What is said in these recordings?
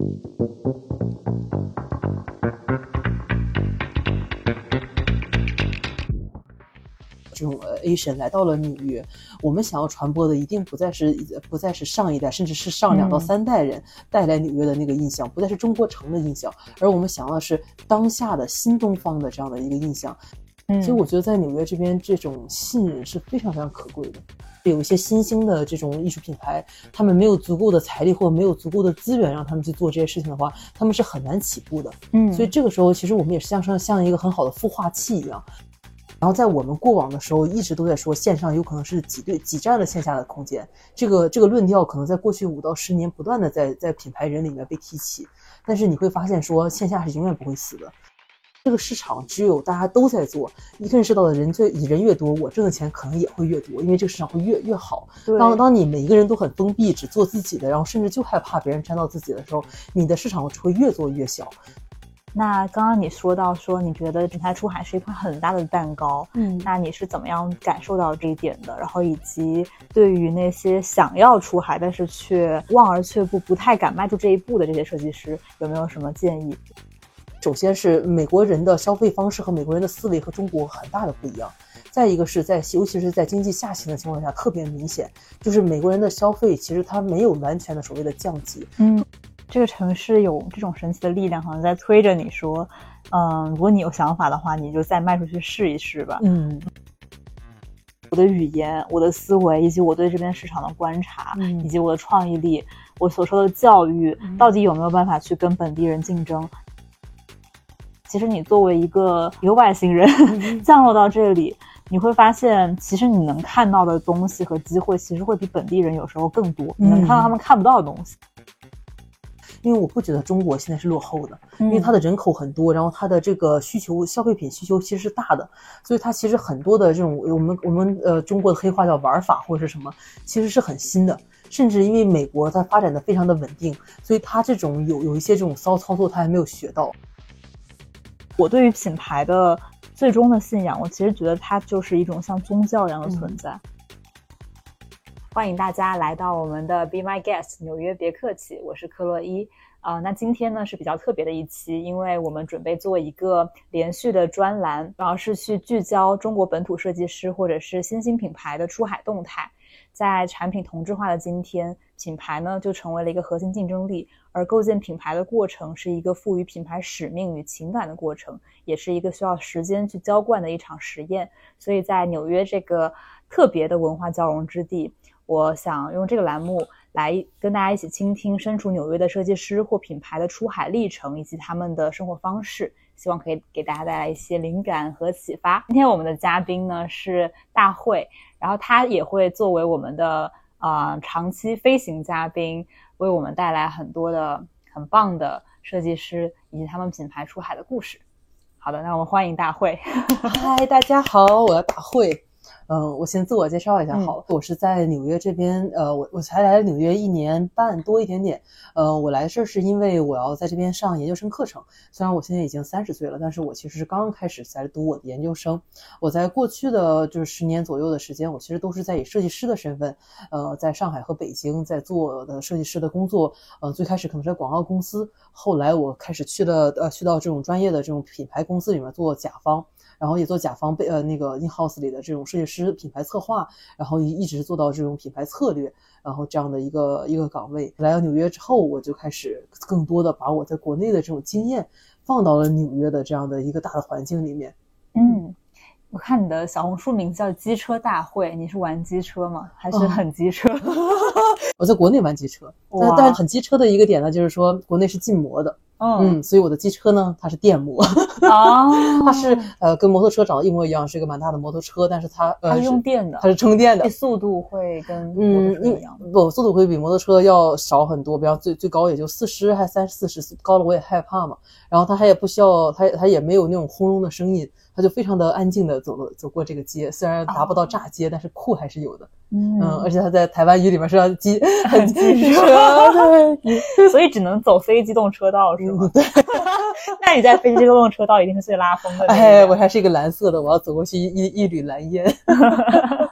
这种Asian 来到了纽约，我们想要传播的一定不再是上一代甚至是上2到3代人带来纽约的那个印象，不再是中国城的印象，而我们想要的是当下的新东方的这样的一个印象。所以我觉得在纽约这边这种信任是非常非常可贵的。有一些新兴的这种艺术品牌，他们没有足够的财力或没有足够的资源让他们去做这些事情的话，他们是很难起步的。所以这个时候其实我们也是像一个很好的孵化器一样。然后在我们过往的时候一直都在说线上有可能是挤占了线下的空间，这个论调可能在过去5到10年不断的在品牌人里面被提起，但是你会发现说线下是永远不会死的。这个市场只有大家都在做，你认识到的人越多，我挣的钱可能也会越多，因为这个市场会越好。当你每一个人都很封闭，只做自己的，然后甚至就害怕别人沾到自己的时候，你的市场只会越做越小。 那刚刚你说到说你觉得品牌出海是一块很大的蛋糕，那你是怎么样感受到这一点的？然后以及对于那些想要出海但是却望而却步，不太敢迈出这一步的这些设计师，有没有什么建议？ 首先是美国人的消费方式和美国人的思维和中国很大的不一样，再一个是尤其是在经济下行的情况下特别明显，就是美国人的消费其实它没有完全的所谓的降级。 这个城市有这种神奇的力量，好像在推着你说，如果你有想法的话，你就再迈出去试一试吧。我的语言、我的思维，以及我对这边市场的观察，以及我的创意力，我所受的教育，到底有没有办法去跟本地人竞争？其实你作为一个外星人降落到这里，你会发现其实你能看到的东西和机会其实会比本地人有时候更多，你能看到他们看不到的东西。 因为我不觉得中国现在是落后的，因为它的人口很多，然后它的这个消费品需求其实是大的，所以它其实很多的这种我们中国的黑话叫玩法或者是什么，其实是很新的。甚至因为美国它发展的非常的稳定，所以它这种有一些这种骚操作它还没有学到。 我对于品牌的最终的信仰，我其实觉得它就是一种像宗教一样的存在。欢迎大家来到我们的 Be My Guest 纽约别客气，我是克洛伊。那今天呢是比较特别的一期，因为我们准备做一个连续的专栏，主要是去聚焦中国本土设计师或者是新兴品牌的出海动态。在产品同质化的今天，品牌呢就成为了一个核心竞争力，而构建品牌的过程是一个赋予品牌使命与情感的过程，也是一个需要时间去浇灌的一场实验。所以在纽约这个特别的文化交融之地，我想用这个栏目来跟大家一起倾听身处纽约的设计师或品牌的出海历程以及他们的生活方式，希望可以给大家带来一些灵感和启发。今天我们的嘉宾呢是大慧，然后他也会作为我们的长期飞行嘉宾，为我们带来很多的很棒的设计师以及他们品牌出海的故事。好的，那我们欢迎大慧。 嗨，大家好，我叫大慧。我先自我介绍一下好了，我是在纽约这边，我才来纽约1年半多一点点。我来这是因为我要在这边上研究生课程，虽然我现在已经30岁了，但是我其实是刚刚开始在读我的研究生。我在过去的就是10年左右的时间，我其实都是在以设计师的身份，在上海和北京在做的设计师的工作。最开始可能是在广告公司，后来我开始去到这种专业的这种品牌公司里面做甲方。然后也做甲方那个 in-house 里的这种设计师品牌策划，然后一直做到这种品牌策略，然后这样的一个岗位。来到纽约之后，我就开始更多的把我在国内的这种经验放到了纽约的这样的一个大的环境里面。 我看你的小红书名字叫机车大会，你是玩机车吗？还是很机车？ 我在国内玩机车，但是很机车的一个点呢，就是说国内是禁摩的。所以我的机车呢，它是电摩。它是跟摩托车长得一模一样，是一个蛮大的摩托车，但是它是用电的， 它是充电的。 速度会跟摩托车一样不，速度会比摩托车要少很多，比方最高也就40还30-40，高了我也害怕嘛。然后它还也不需要，它也没有那种轰隆的声音，它就非常的安静的走过这个街，虽然达不到炸街，但是酷还是有的。而且它在台湾语里面是很机车， 对，所以只能走非机动车道是吗？ 对。 那你在非机动车道一定是最拉风的。 我还是一个蓝色的，我要走过去一缕蓝烟。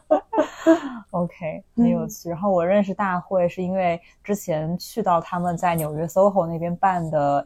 OK， 很有趣。然后我认识大会是因为之前去到他们在纽约 SOHO 那边办的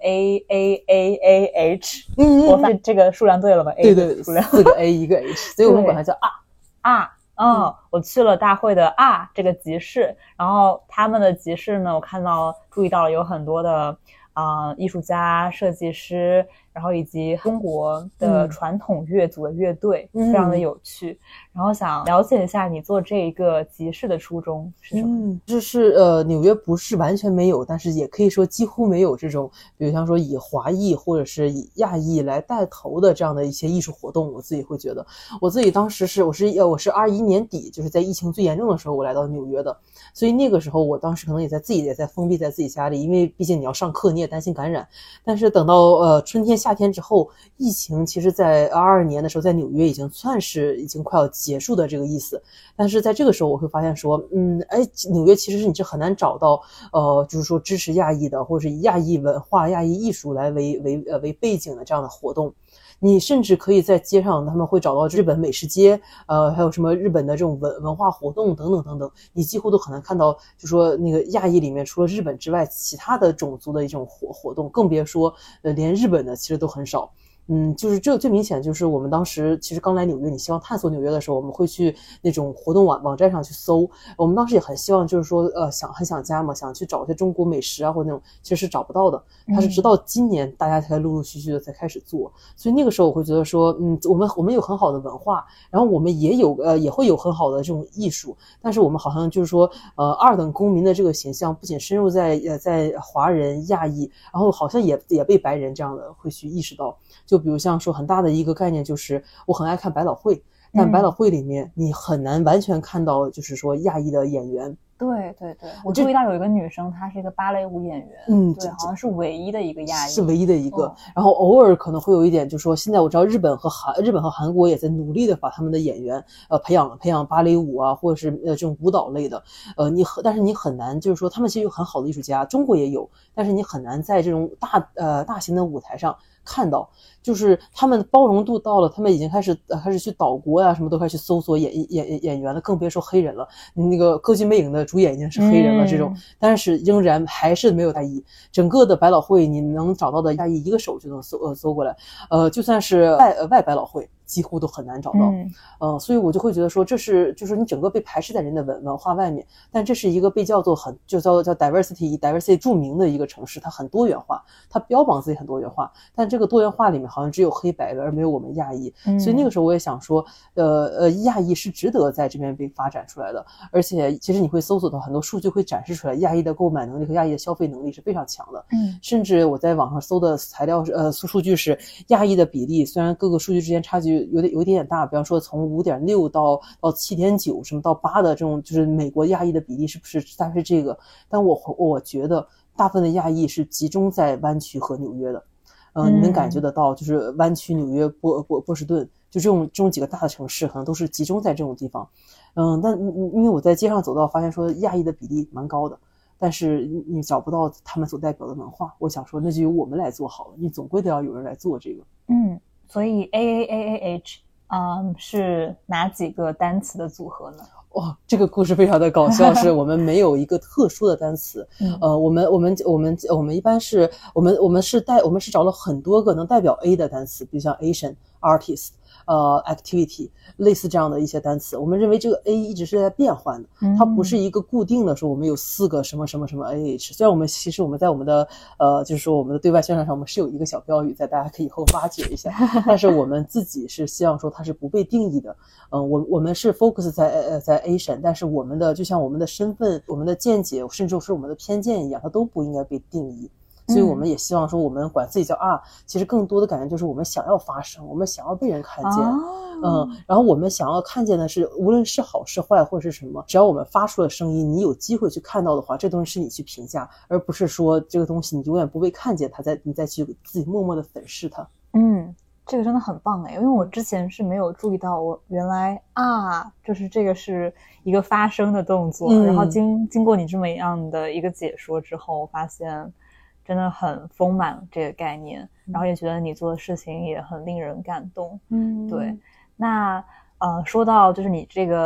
AAAAH， 我发现这个数量对了吧？ 对对，数量4个 A 1个 H， 所以我们管它叫我去了大会的这个集市，然后他们的集市呢，我注意到了有很多的艺术家、设计师，然后以及中国的传统乐组的乐队，非常的有趣。然后想了解一下你做这一个集市的初衷是什么？ 就是纽约不是完全没有，但是也可以说几乎没有这种，比如像说以华裔或者是以亚裔来带头的这样的一些艺术活动。我自己会觉得，我自己当时我是21年底，就是在疫情最严重的时候我来到纽约的，所以那个时候我当时可能也在封闭在自己家里，因为毕竟你要上课，你也担心感染。但是等到春天夏天之后，疫情其实在22年的时候在纽约已经快要结束的这个意思。但是在这个时候我会发现说纽约其实你是很难找到就是说支持亚裔的或者是以亚裔文化亚裔艺术来为背景的这样的活动。你甚至可以在街上他们会找到日本美食街还有什么日本的这种文化活动等等等等，你几乎都很难看到就说那个亚裔里面除了日本之外其他的种族的一种活动，更别说连日本的其实都很少。就是这最明显就是我们当时其实刚来纽约，你希望探索纽约的时候，我们会去那种活动网站上去搜。我们当时也很希望就是说很想家嘛，想去找一些中国美食啊或者那种，其实是找不到的。它是直到今年大家才陆陆续续的才开始做。所以那个时候我会觉得说我们有很好的文化，然后我们也会有很好的这种艺术，但是我们好像就是说二等公民的这个形象不仅深入在华人亚裔，然后好像也被白人这样的会去意识到。就比如像说很大的一个概念就是我很爱看百老汇，但百老汇里面你很难完全看到就是说亚裔的演员。 对对对，我注意到有一个女生，她是一个芭蕾舞演员，对，好像是唯一的一个亚裔， 是唯一的一个。然后偶尔可能会有一点，就是说现在我知道日本和韩国也在努力的把他们的演员培养芭蕾舞啊，或者是这种舞蹈类的。但是你很难就是说他们其实有很好的艺术家，中国也有，但是你很难在这种大型的舞台上看到，就是他们的包容度到了，他们已经开始去岛国呀，什么都开始去搜索演员了，更别说黑人了。那个歌剧魅影的主演已经是黑人了，这种，但是仍然还是没有亚裔。整个的百老汇你能找到的亚裔一个手就能搜过来，就算是外百老汇几乎都很难找到。所以我就会觉得说，就是你整个被排斥在人的文化外面，但这是一个被叫做叫 diversity 著名的一个城市，它很多元化，它标榜自己很多元化，但这个多元化里面好像只有黑白的，而没有我们亚裔。所以那个时候我也想说，亚裔是值得在这边被发展出来的，而且其实你会搜索到很多数据会展示出来，亚裔的购买能力和亚裔的消费能力是非常强的。甚至我在网上搜的材料数据是亚裔的比例，虽然各个数据之间差距有一点大，比方说从 5.6 到 7.9 什么到8的这种，就是美国亚裔的比例是不是大概是这个，但我觉得大部分的亚裔是集中在湾区和纽约的。你能感觉得到，就是湾区、纽约、波士顿，就这种几个大的城市，可能都是集中在这种地方。但因为我在街上走到，发现说亚裔的比例蛮高的，但是你找不到他们所代表的文化。我想说，那就由我们来做好了，你总归得要有人来做这个。 所以 AAAH 是哪几个单词的组合呢？ 这个故事非常的搞笑，是我们没有一个特殊的单词。我们一般是我们是找了很多个能代表 A 的单词，比如像 Asian Artist activity 类似这样的一些单词。我们认为这个 A 一直是在变换的，它不是一个固定的说我们有4个什么什么什么 AH。虽然其实我们在我们的就是说我们的对外宣传上我们是有一个小标语在，大家可以以后挖掘一下。但是我们自己是希望说它是不被定义的。我们是 focus 在 Asian， 但是我们的就像我们的身份、我们的见解，甚至是我们的偏见一样，它都不应该被定义。所以我们也希望说我们管自己叫其实更多的感觉就是我们想要发声，我们想要被人看见。然后我们想要看见的是无论是好是坏或是什么，只要我们发出了声音，你有机会去看到的话，这东西是你去评价，而不是说这个东西你永远不被看见，你再去自己默默的粉饰它。 这个真的很棒因为我之前是没有注意到，我原来就是这个是一个发声的动作。然后经过你这么样的一个解说之后，我发现真的很丰满这个概念，然后也觉得你做的事情也很令人感动。对，那说到就是你这个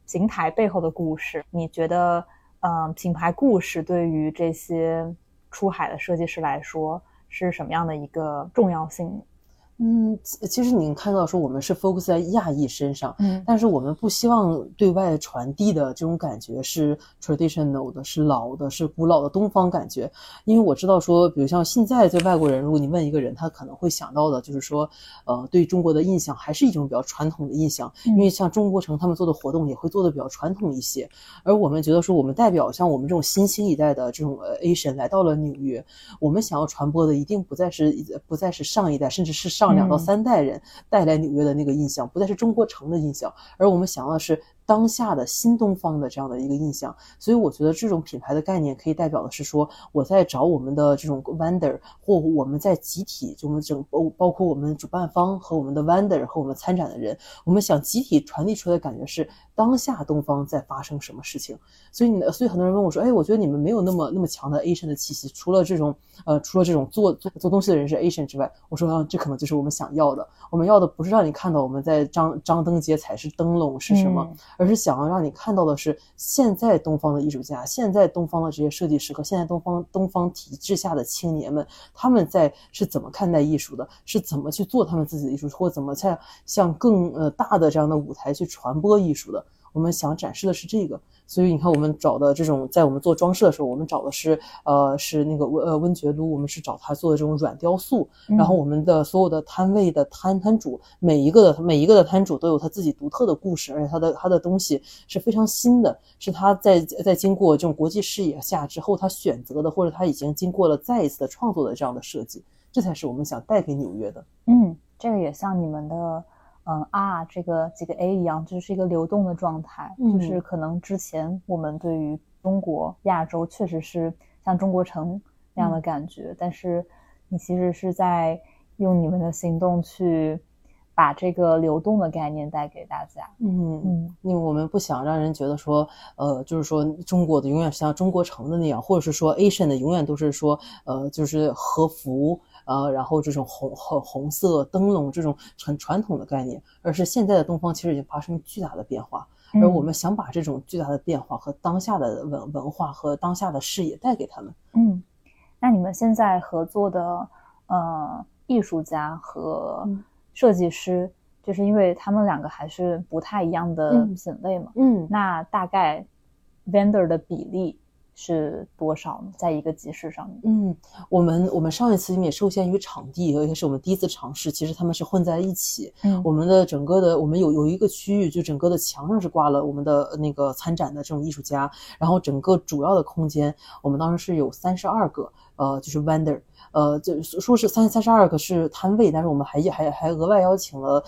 平台背后的故事。你觉得品牌故事对于这些出海的设计师来说是什么样的一个重要性？ 其实您看到说我们是 focus 在亚裔身上，但是我们不希望对外传递的这种感觉是 traditional 的，是老的，是古老的东方感觉。因为我知道说，比如像现在对外国人，如果你问一个人，他可能会想到的就是说，对中国的印象还是一种比较传统的印象，因为像中国城他们做的活动也会做的比较传统一些。而我们觉得说，我们代表像我们这种新兴一代的这种Asian 来到了纽约，我们想要传播的一定不再是上一代，甚至是上2到3代人带来纽约的那个印象，不再是中国城的印象，而我们想要的是当下的新东方的这样的一个印象。所以我觉得这种品牌的概念可以代表的是说，我在找我们的这种 vendor， 或我们在集体，就我们包括我们主办方和我们的 vendor 和我们参展的人，我们想集体传递出来的感觉是当下东方在发生什么事情。所以很多人问我说，我觉得你们没有那么强的 Asian 的气息，除了这种做东西的人是 Asian 之外，我说这可能就是我们想要的。我们要的不是让你看到我们在张灯结彩是灯笼是什么，而是想要让你看到的是现在东方的艺术家，现在东方的这些设计师和现在东方体制下的青年们，他们是怎么看待艺术的，是怎么去做他们自己的艺术，或怎么向更大的这样的舞台去传播艺术的。我们想展示的是这个。所以你看我们找的这种，在我们做装饰的时候，我们找的是那个温觉卢，我们是找他做的这种软雕塑，然后我们的所有的摊位的摊主，每一个的摊主都有他自己独特的故事，而且他的东西是非常新的，是他在经过这种国际视野下之后他选择的，或者他已经经过了再一次的创作的这样的设计，这才是我们想带给纽约的。 这个也像你们的这个几个 A 一样，就是一个流动的状态，就是可能之前我们对于中国亚洲确实是像中国城那样的感觉，但是你其实是在用你们的行动去把这个流动的概念带给大家。 因为我们不想让人觉得说就是说中国的永远像中国城的那样，或者是说 Asian 的永远都是说就是和服然后这种红色灯笼这种很传统的概念，而是现在的东方其实已经发生巨大的变化，而我们想把这种巨大的变化和当下的文化和当下的视野带给他们。 那你们现在合作的艺术家和设计师，就是因为他们两个还是不太一样的品类嘛，那大概 vendor 的比例是多少呢？在一个集市上面？ 我们上一次也受限于场地，而且是我们第一次尝试，其实他们是混在一起。我们的整个的我们有一个区域，就整个的墙上是挂了我们的那个参展的这种艺术家，然后整个主要的空间我们当时是有32个就是 vendor，就说是32个是摊位，但是我们还额外邀请了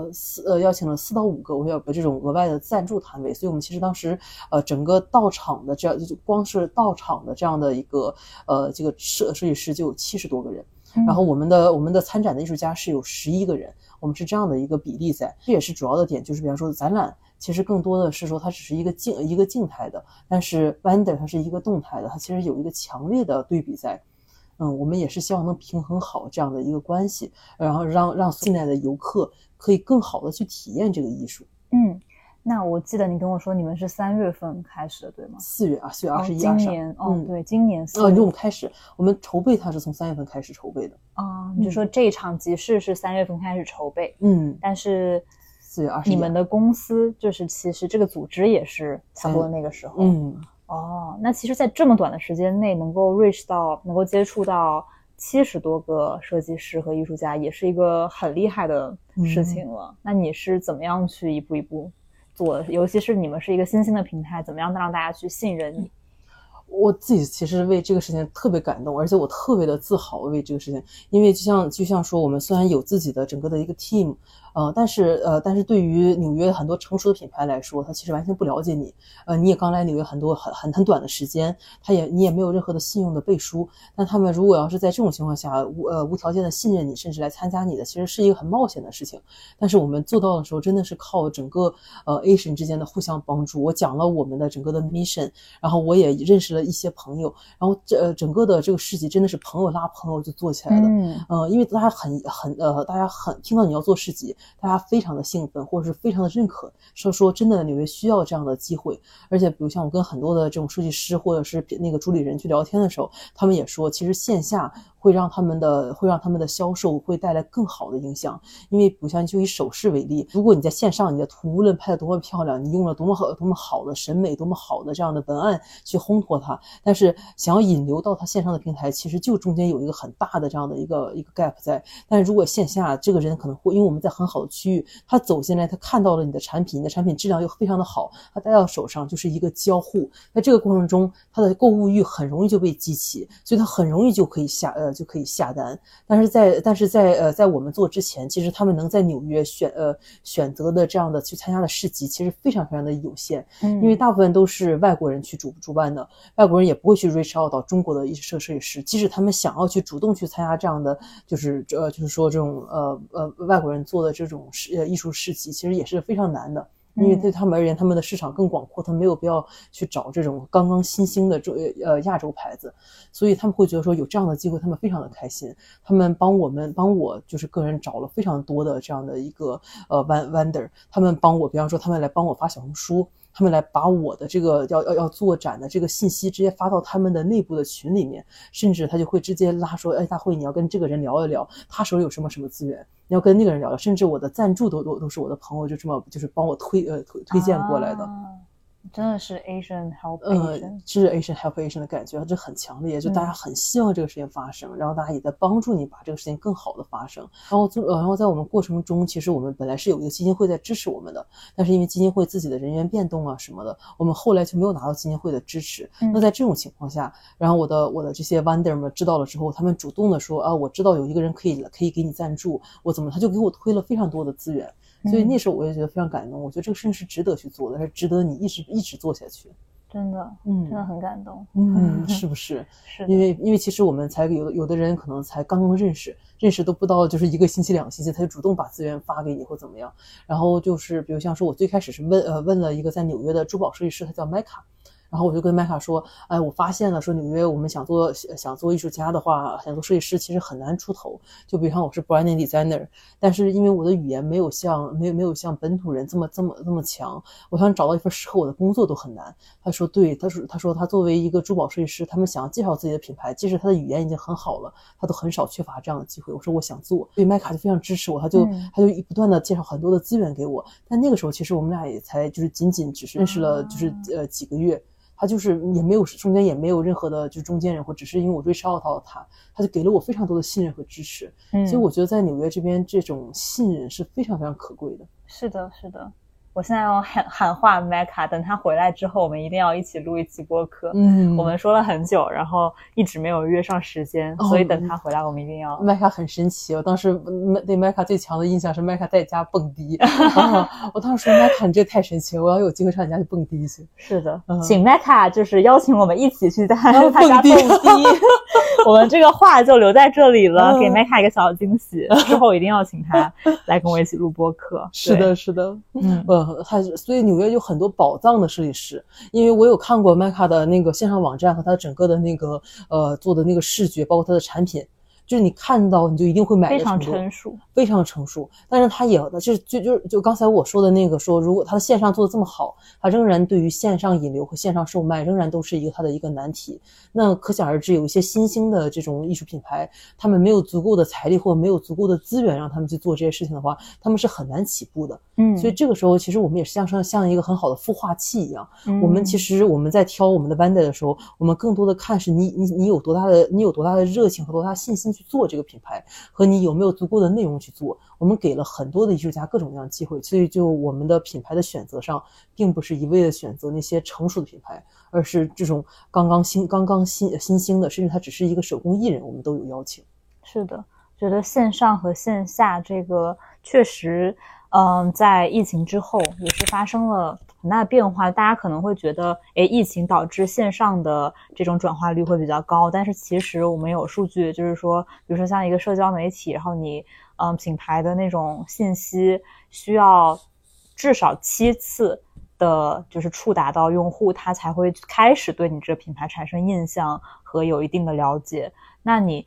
4到5个我有这种额外的赞助摊位，所以我们其实当时整个到场的这样就光是到场的这样的一个这个设计师就有70多个人，然后我们的参展的艺术家是有11个人，我们是这样的一个比例在。这也是主要的点，就是比方说展览其实更多的是说它只是一个静态的，但是 vendor 它是一个动态的，它其实有一个强烈的对比在。我们也是希望能平衡好这样的一个关系，然后让进来的游客可以更好的去体验这个艺术。 那我记得你跟我说你们是3月份开始的，对吗 ？4月21日。 今年对，今年4月。 我们开始，我们筹备它是从3月份开始筹备的。 你就说这一场集市是3月份开始筹备，但是 4月21日你们的公司就是其实这个组织也是差不多那个时候。那其实在这么短的时间内能够接触到70多个设计师和艺术家，也是一个很厉害的事情了。那你是怎么样去一步一步做的？尤其是你们是一个新兴的平台，怎么样让大家去信任你？ 我自己其实为这个事情特别感动，而且我特别的自豪为这个事情，因为就像说我们虽然有自己的整个的一个 team，但是对于纽约很多成熟的品牌来说，他其实完全不了解你，你也刚来纽约很短的时间，你也没有任何的信用的背书，但他们如果要是在这种情况下无条件的信任你，甚至来参加你的，其实是一个很冒险的事情。但是我们做到的时候，真的是靠整个Asian 之间的互相帮助。我讲了我们的整个的 mission， 然后我也认识了一些朋友，然后整个的这个市集真的是朋友拉朋友就做起来的。因为大家大家听到你要做市集， 大家非常的兴奋，或者是非常的认可，说真的纽约需要这样的机会。而且比如像我跟很多的这种设计师或者是那个主理人去聊天的时候，他们也说其实线下会让他们的销售会带来更好的影响。因为比如像就以首饰为例，如果你在线上你的图无论拍得多么漂亮，你用了多么好的审美，多么好的这样的文案去烘托它，但是想要引流到它线上的平台，其实就中间有一个很大的这样的一个 gap 在。但是如果线下这个人可能会，因为我们在很好的区域，他走进来，他看到了你的产品，你的产品质量又非常的好，他带到手上就是一个交互，在这个过程中他的购物欲很容易就被激起，所以他很容易就可以下单。但是在我们做之前，其实他们能在纽约选择的这样的去参加的市集其实非常非常的有限，因为大部分都是外国人去主办的，外国人也不会去 reach out 到中国的设计师，即使他们想要去主动去参加这样的就是说这种外国人做的这种艺术市集，其实也是非常难的。因为对他们而言，他们的市场更广阔，他们没有必要去找这种刚刚新兴的亚洲牌子，所以他们会觉得说有这样的机会，他们非常的开心。他们帮我就是个人找了非常多的这样的一个vendor， 他们帮我，比方说他们来帮我发小红书，他们来把我的这个要做展的这个信息直接发到他们的内部的群里面，甚至他就会直接拉说，哎，大会你要跟这个人聊一聊，他手里有什么资源，你要跟那个人聊聊，甚至我的赞助都是我的朋友就这么就是帮我推荐过来的。 真的是 Asian help Asian， 是 Asian help Asian 的感觉，这很强烈，就大家很希望这个事情发生，然后大家也在帮助你把这个事情更好的发生。然后在我们过程中，其实我们本来是有一个基金会在支持我们的，但是因为基金会自己的人员变动啊什么的，我们后来就没有拿到基金会的支持。那在这种情况下，然后我的这些 vendor 们知道了之后，他们主动的说啊，我知道有一个人可以给你赞助，他就给我推了非常多的资源。所以那时候我也觉得非常感动，我觉得这个事情是值得去做的，是值得你一直做下去。 真的，真的很感动。 是不是？ 是。 因为其实我们才有的人可能才刚刚认识都不到就是1个星期2个星期，他就主动把资源发给你或怎么样。然后就是比如像说我最开始是问了一个在纽约的珠宝设计师，他叫麦卡。然后我就跟麦卡说，哎，我发现了，说纽约我们想做艺术家的话，想做设计师其实很难出头。就比方我是 branding designer， 但是因为我的语言没有像本土人这么强，我想找到一份适合我的工作都很难。他说对，他说他作为一个珠宝设计师，他们想要介绍自己的品牌，即使他的语言已经很好了，他都很少缺乏这样的机会。我说我想做，所以麦卡就非常支持我，他就不断的介绍很多的资源给我。但那个时候其实我们俩也才就是仅只是认识了就是几个月。他就是也没有中间也没有任何的就中间人，或只是因为我 reach out 到他就给了我非常多的信任和支持。所以我觉得在纽约这边这种信任是非常非常可贵的。 是的，是的。我现在要喊话 Mecca， 等他回来之后我们一定要一起录一期播客。我们说了很久，然后一直没有约上时间，所以等他回来我们一定要。 Mecca 很神奇，我当时对 Mecca 最强的印象是 Mecca 在家蹦迪。我当时说 Mecca 你这太神奇了，我要有机会上你家去蹦迪去。 是的，请 Mecca 就是邀请我们一起去他家蹦迪。我们这个话就留在这里了，给 Mecca 一个小惊喜，之后一定要请他来跟我一起录播客。 是的，是的。所以纽约有很多宝藏的设计师，因为我有看过麦卡的那个线上网站和他整个的那个做的那个视觉，包括他的产品，就是你看到你就一定会买的程度，非常成熟。但是他也就刚才我说的那个说，如果他的线上做的这么好，他仍然对于线上引流和线上售卖仍然都是他的一个难题。那可想而知，有一些新兴的这种艺术品牌，他们没有足够的财力或没有足够的资源让他们去做这些事情的话，他们是很难起步的。所以这个时候其实我们也是像一个很好的孵化器一样。我们在挑我们的 vendor 的时候，我们更多的看是你有多大的热情和多大的信心去做这个品牌，和你有没有足够的内容去做。我们给了很多的艺术家各种各样的机会，所以就我们的品牌的选择上，并不是一味的选择那些成熟的品牌，而是这种刚刚新兴的，甚至它只是一个手工艺人，我们都有邀请。 是的，觉得线上和线下这个确实在疫情之后也是发生了很大的变化。大家可能会觉得疫情导致线上的这种转化率会比较高，但是其实我们有数据，就是说比如说像一个社交媒体，然后你品牌的那种信息需要至少7次的就是触达到用户，他才会开始对你这个品牌产生印象和有一定的了解。那你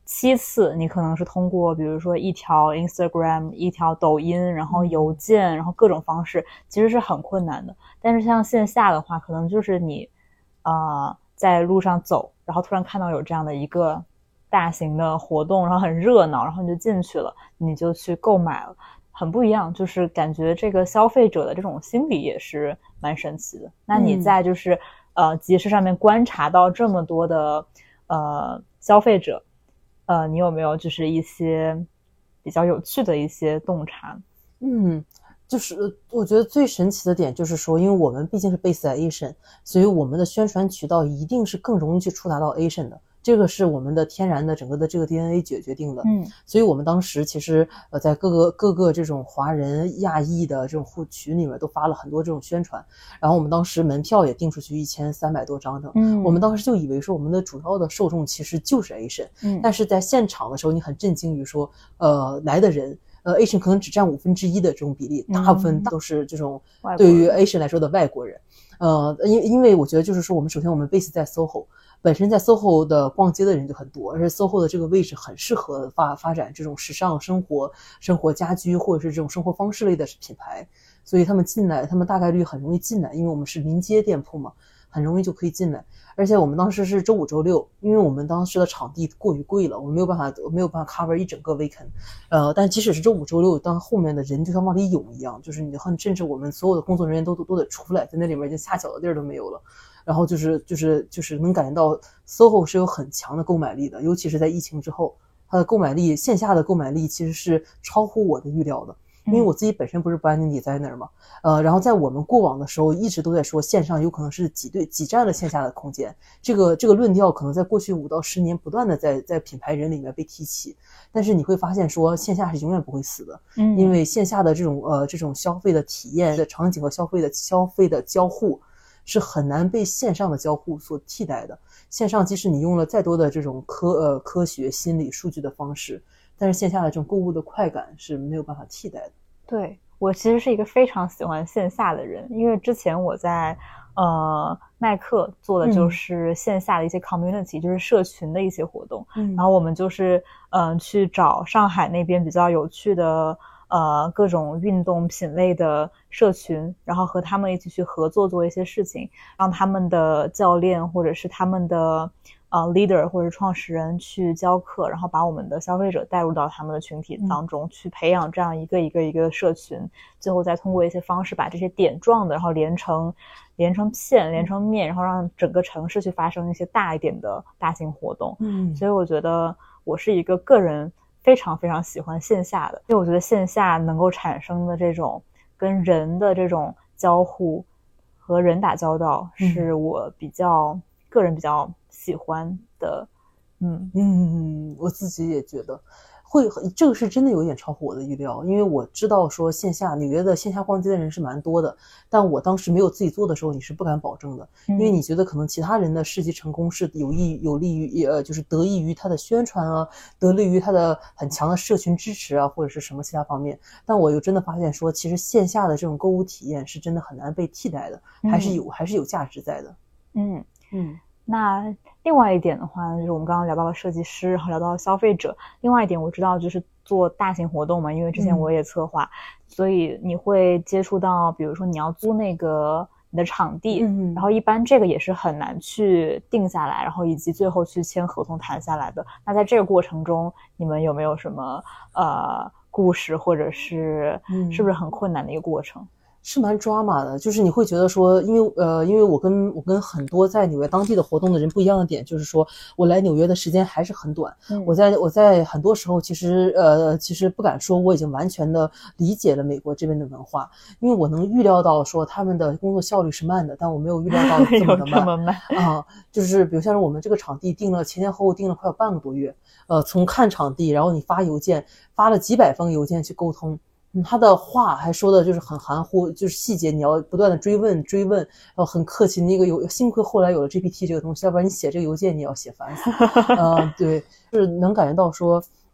其次你可能是通过比如说一条 Instagram 一条抖音然后邮件然后各种方式，其实是很困难的。但是像线下的话可能就是你在路上走，然后突然看到有这样的一个大型的活动，然后很热闹，然后你就进去了，你就去购买了，很不一样。就是感觉这个消费者的这种心理也是蛮神奇的。那你在就是集市上面观察到这么多的消费者，你有没有就是一些比较有趣的一些洞察？ 就是我觉得最神奇的点就是说，因为我们毕竟是 base 在 Asian， 所以我们的宣传渠道一定是更容易去触达到 Asian 的，这个是我们的天然的整个的这个 DNA 决定的。所以我们当时其实在各个这种华人亚裔的这种群里面都发了很多这种宣传，然后我们当时门票也订出去1300多张的。我们当时就以为说我们的主要的受众其实就是 Asian，但是在现场的时候你很震惊于说来的人Asian 可能只占1/5的这种比例，大部分都是这种对于 Asian 来说的外国人。因为我觉得就是说，首先我们 base 在 SOHO， 本身在 SOHO 的逛街的人就很多，而且 SOHO 的这个位置很适合发展这种时尚生活家居或者是这种生活方式类的品牌，所以他们进来，他们大概率很容易进来，因为我们是临街店铺嘛，很容易就可以进来。而且我们当时是周5周6，因为我们当时的场地过于贵了，我们没有办法 cover 一整个 weekend。但即使是周5周6，当后面的人就像往里涌一样，就是甚至我们所有的工作人员都得出来，在那里面已经下脚的地儿都没有了。然后就是能感觉到 SOHO 是有很强的购买力的，尤其是在疫情之后，它的购买力，线下的购买力其实是超乎我的预料的。因为我自己本身不是 branding designer 嘛，然后在我们过往的时候一直都在说线上有可能是挤占了线下的空间，这个论调可能在过去5到10年不断的在品牌人里面被提起，但是你会发现说线下是永远不会死的，因为线下的这种消费的体验的场景和消费的交互是很难被线上的交互所替代的。线上即使你用了再多的这种科学心理数据的方式，但是线下的这种购物的快感是没有办法替代的。 对，我其实是一个非常喜欢线下的人，因为之前我在耐克做的就是线下的一些 community，就是社群的一些活动，然后我们就是去找上海那边比较有趣的各种运动品类的社群，然后和他们一起去合作做一些事情，让他们的教练或者是他们的leader 或者创始人去教课，然后把我们的消费者带入到他们的群体当中，去培养这样一个的社群，最后再通过一些方式把这些点状的然后连成片连成面，然后让整个城市去发生一些大一点的大型活动。所以我觉得我是一个个人非常非常喜欢线下的，因为我觉得线下能够产生的这种跟人的这种交互和人打交道是我个人比较喜欢的。 我自己也觉得这个是真的有点超乎我的预料，因为我知道说纽约的线下逛街的人是蛮多的，但我当时没有自己做的时候你是不敢保证的，因为你觉得可能其他人的世纪成功是有利于就是得益于他的宣传啊，得力于他的很强的社群支持啊，或者是什么其他方面，但我又真的发现说其实线下的这种购物体验是真的很难被替代的，还是有价值在的。 那另外一点的话就是我们刚刚聊到了设计师，然后聊到了消费者，另外一点我知道就是做大型活动嘛，因为之前我也策划，所以你会接触到比如说你要租你的场地，然后一般这个也是很难去定下来，然后以及最后去签合同谈下来的。那在这个过程中你们有没有什么故事，或者是是不是很困难的一个过程？ 是蛮 drama 的，就是你会觉得说，因为我跟很多在纽约当地的活动的人不一样的点，就是说我来纽约的时间还是很短。我在很多时候其实不敢说我已经完全的理解了美国这边的文化，因为我能预料到说他们的工作效率是慢的，但我没有预料到这么的慢就是比如像是我们这个场地前后订了快有半个多月，从看场地，然后你发邮件，发了几百封邮件去沟通。他的话还说的就是很含糊，就是细节你要不断的追问，然后很客气。幸亏后来有了 GPT 这个东西，要不然你写这个邮件你要写烦死。对，就是能感觉到说，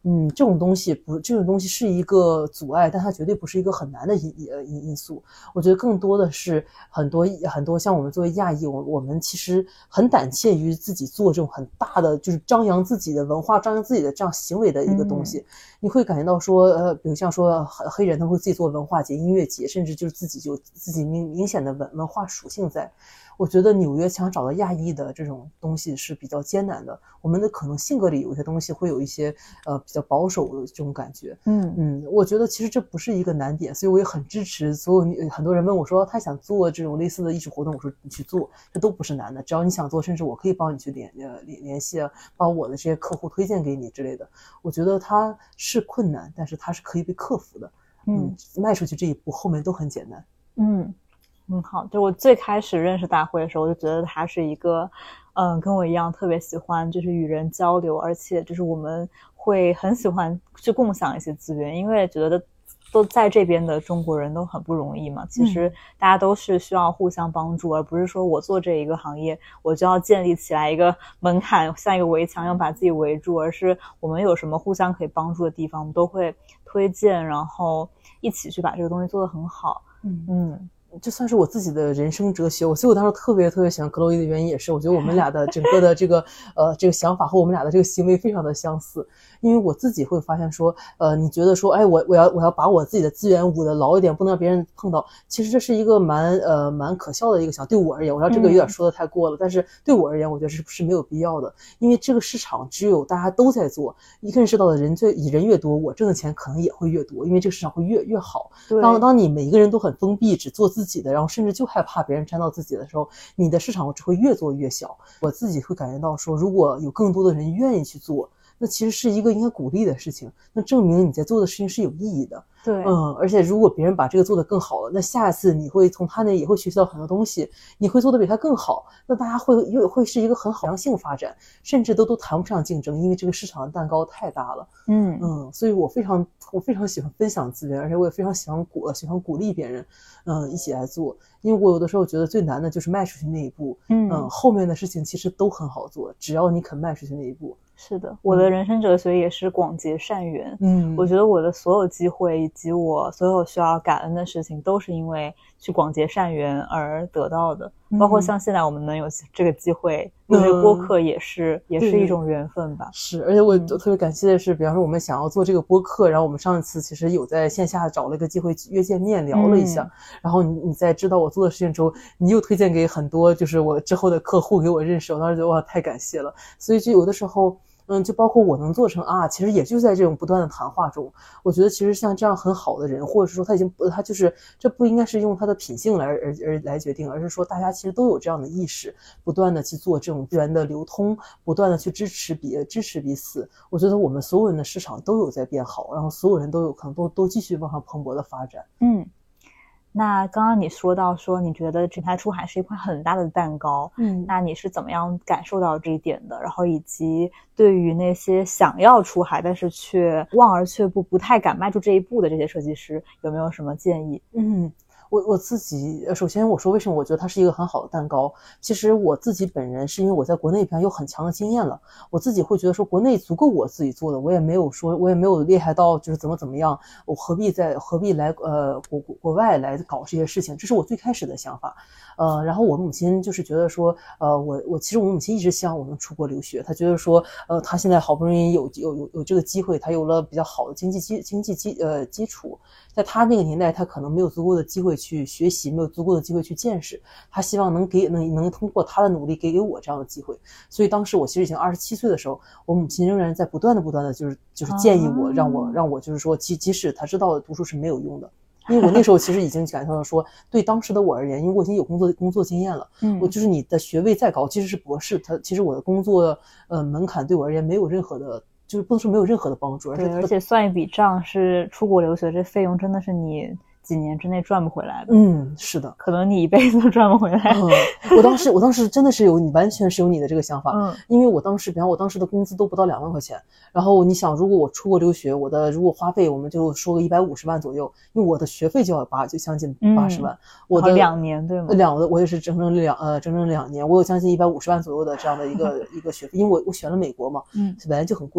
这种东西是一个阻碍，但它绝对不是一个很难的因素。我觉得更多的是很多像我们作为亚裔，我们其实很胆怯于自己做这种很大的，就是张扬自己的文化、张扬自己的这样行为的一个东西。你会感觉到说，比如像说黑人他会自己做文化节、音乐节，甚至就是自己明显的文化属性在。我觉得纽约想找到亚裔的这种东西是比较艰难的，我们的可能性格里有些东西会有一些比较保守的这种感觉。我觉得其实这不是一个难点，所以我也很支持所有很多人问我说他想做这种类似的艺术活动，我说你去做，这都不是难的，只要你想做，甚至我可以帮你去联系啊，把我的这些客户推荐给你之类的。我觉得它是困难，但是它是可以被克服的。迈出去这一步后面都很简单。 好，就我最开始认识大辉的时候，我就觉得他是一个跟我一样特别喜欢就是与人交流，而且就是我们会很喜欢去共享一些资源，因为觉得都在这边的中国人都很不容易嘛，其实大家都是需要互相帮助，而不是说我做这一个行业我就要建立起来一个门槛，像一个围墙要把自己围住，而是我们有什么互相可以帮助的地方我们都会推荐，然后一起去把这个东西做得很好。 这算是我自己的人生哲学，所以我当时特别喜欢克洛伊的原因也是，我觉得我们俩的整个的这个想法和我们俩的这个行为非常的相似。因为我自己会发现说，你觉得说，哎，我要把我自己的资源捂得牢一点，不能让别人碰到。其实这是一个蛮可笑的一个想，对我而言，我知道这个有点说的太过了，但是对我而言，我觉得是没有必要的。因为这个市场只有大家都在做，一个人知道的人越多，我挣的钱可能也会越多，因为这个市场会越好。当你每一个人都很封闭，只做自己的，然后甚至就害怕别人沾到自己的时候，你的市场只会越做越小。我自己会感觉到说，如果有更多的人愿意去做，那其实是一个应该鼓励的事情，那证明你在做的事情是有意义的。 对， 而且如果别人把这个做得更好了，那下一次你会从他那也会学习到很多东西，你会做得比他更好，那大家会是一个很好良性发展，甚至都谈不上竞争，因为这个市场的蛋糕太大了。所以我非常喜欢分享资源，而且我也非常喜欢鼓励别人一起来做，因为我有的时候觉得最难的就是迈出去那一步。后面的事情其实都很好做，只要你肯迈出去那一步。 是的，我的人生哲学也是广结善缘。我觉得我的所有机会以及我所有需要感恩的事情都是因为去广结善缘而得到的，包括像现在我们能有这个机会录这个播客也是一种缘分吧。 是，而且我特别感谢的是，比方说我们想要做这个播客，然后我们上一次其实有在线下找了一个机会约见面聊了一下，然后你在知道我做的事情之后，你又推荐给很多就是我之后的客户给我认识，我当时觉得哇太感谢了。所以就有的时候就包括我能做成其实也就在这种不断的谈话中，我觉得其实像这样很好的人，或者是说他就是这不应该是用他的品性来决定，而是说大家其实都有这样的意识，不断的去做这种资源的流通，不断的去支持彼此。我觉得我们所有人的市场都有在变好，然后所有人都有可能都继续往上蓬勃的发展。 那刚刚你说到说你觉得品牌出海是一块很大的蛋糕，那你是怎么样感受到这一点的？然后以及对于那些想要出海但是却望而却步不太敢迈出这一步的这些设计师有没有什么建议？ 我自己首先我说为什么我觉得它是一个很好的蛋糕，其实我自己本人是因为我在国内有很强的经验了，我自己会觉得说国内足够我自己做的，我也没有厉害到就是怎么样，我何必来国外来搞这些事情，这是我最开始的想法。然后我母亲就是觉得说其实我母亲一直希望我能出国留学，她觉得说她现在好不容易有这个机会，她有了比较好的经济基础，在她那个年代她可能没有足够的机会去学习，没有足够的机会去见识，她希望能通过她的努力给我这样的机会。所以当时我其实已经27岁的时候，我母亲仍然在不断的就是建议我，让我就是说即使她知道读书是没有用的，因为我那时候其实已经感受到说，对当时的我而言，因为我已经有工作经验了，我就是你的学位再高，即使是博士，其实我的工作门槛对我而言没有任何的，就是不能说没有任何的帮助， 而且算一笔账是出国留学这费用真的是你几年之内赚不回来的。 是的， 可能你一辈子都赚不回来。 我当时真的是完全是有你的这个想法。因为我当时的工资都不到2万块钱，然后你想如果我出国留学，我的如果花费我们就说个150万左右，因为我的学费就将近80万，我的 2年对吗？ 我也是整整2年，我有将近150万左右的这样的一个学费，因为我选了美国嘛，本来就很贵。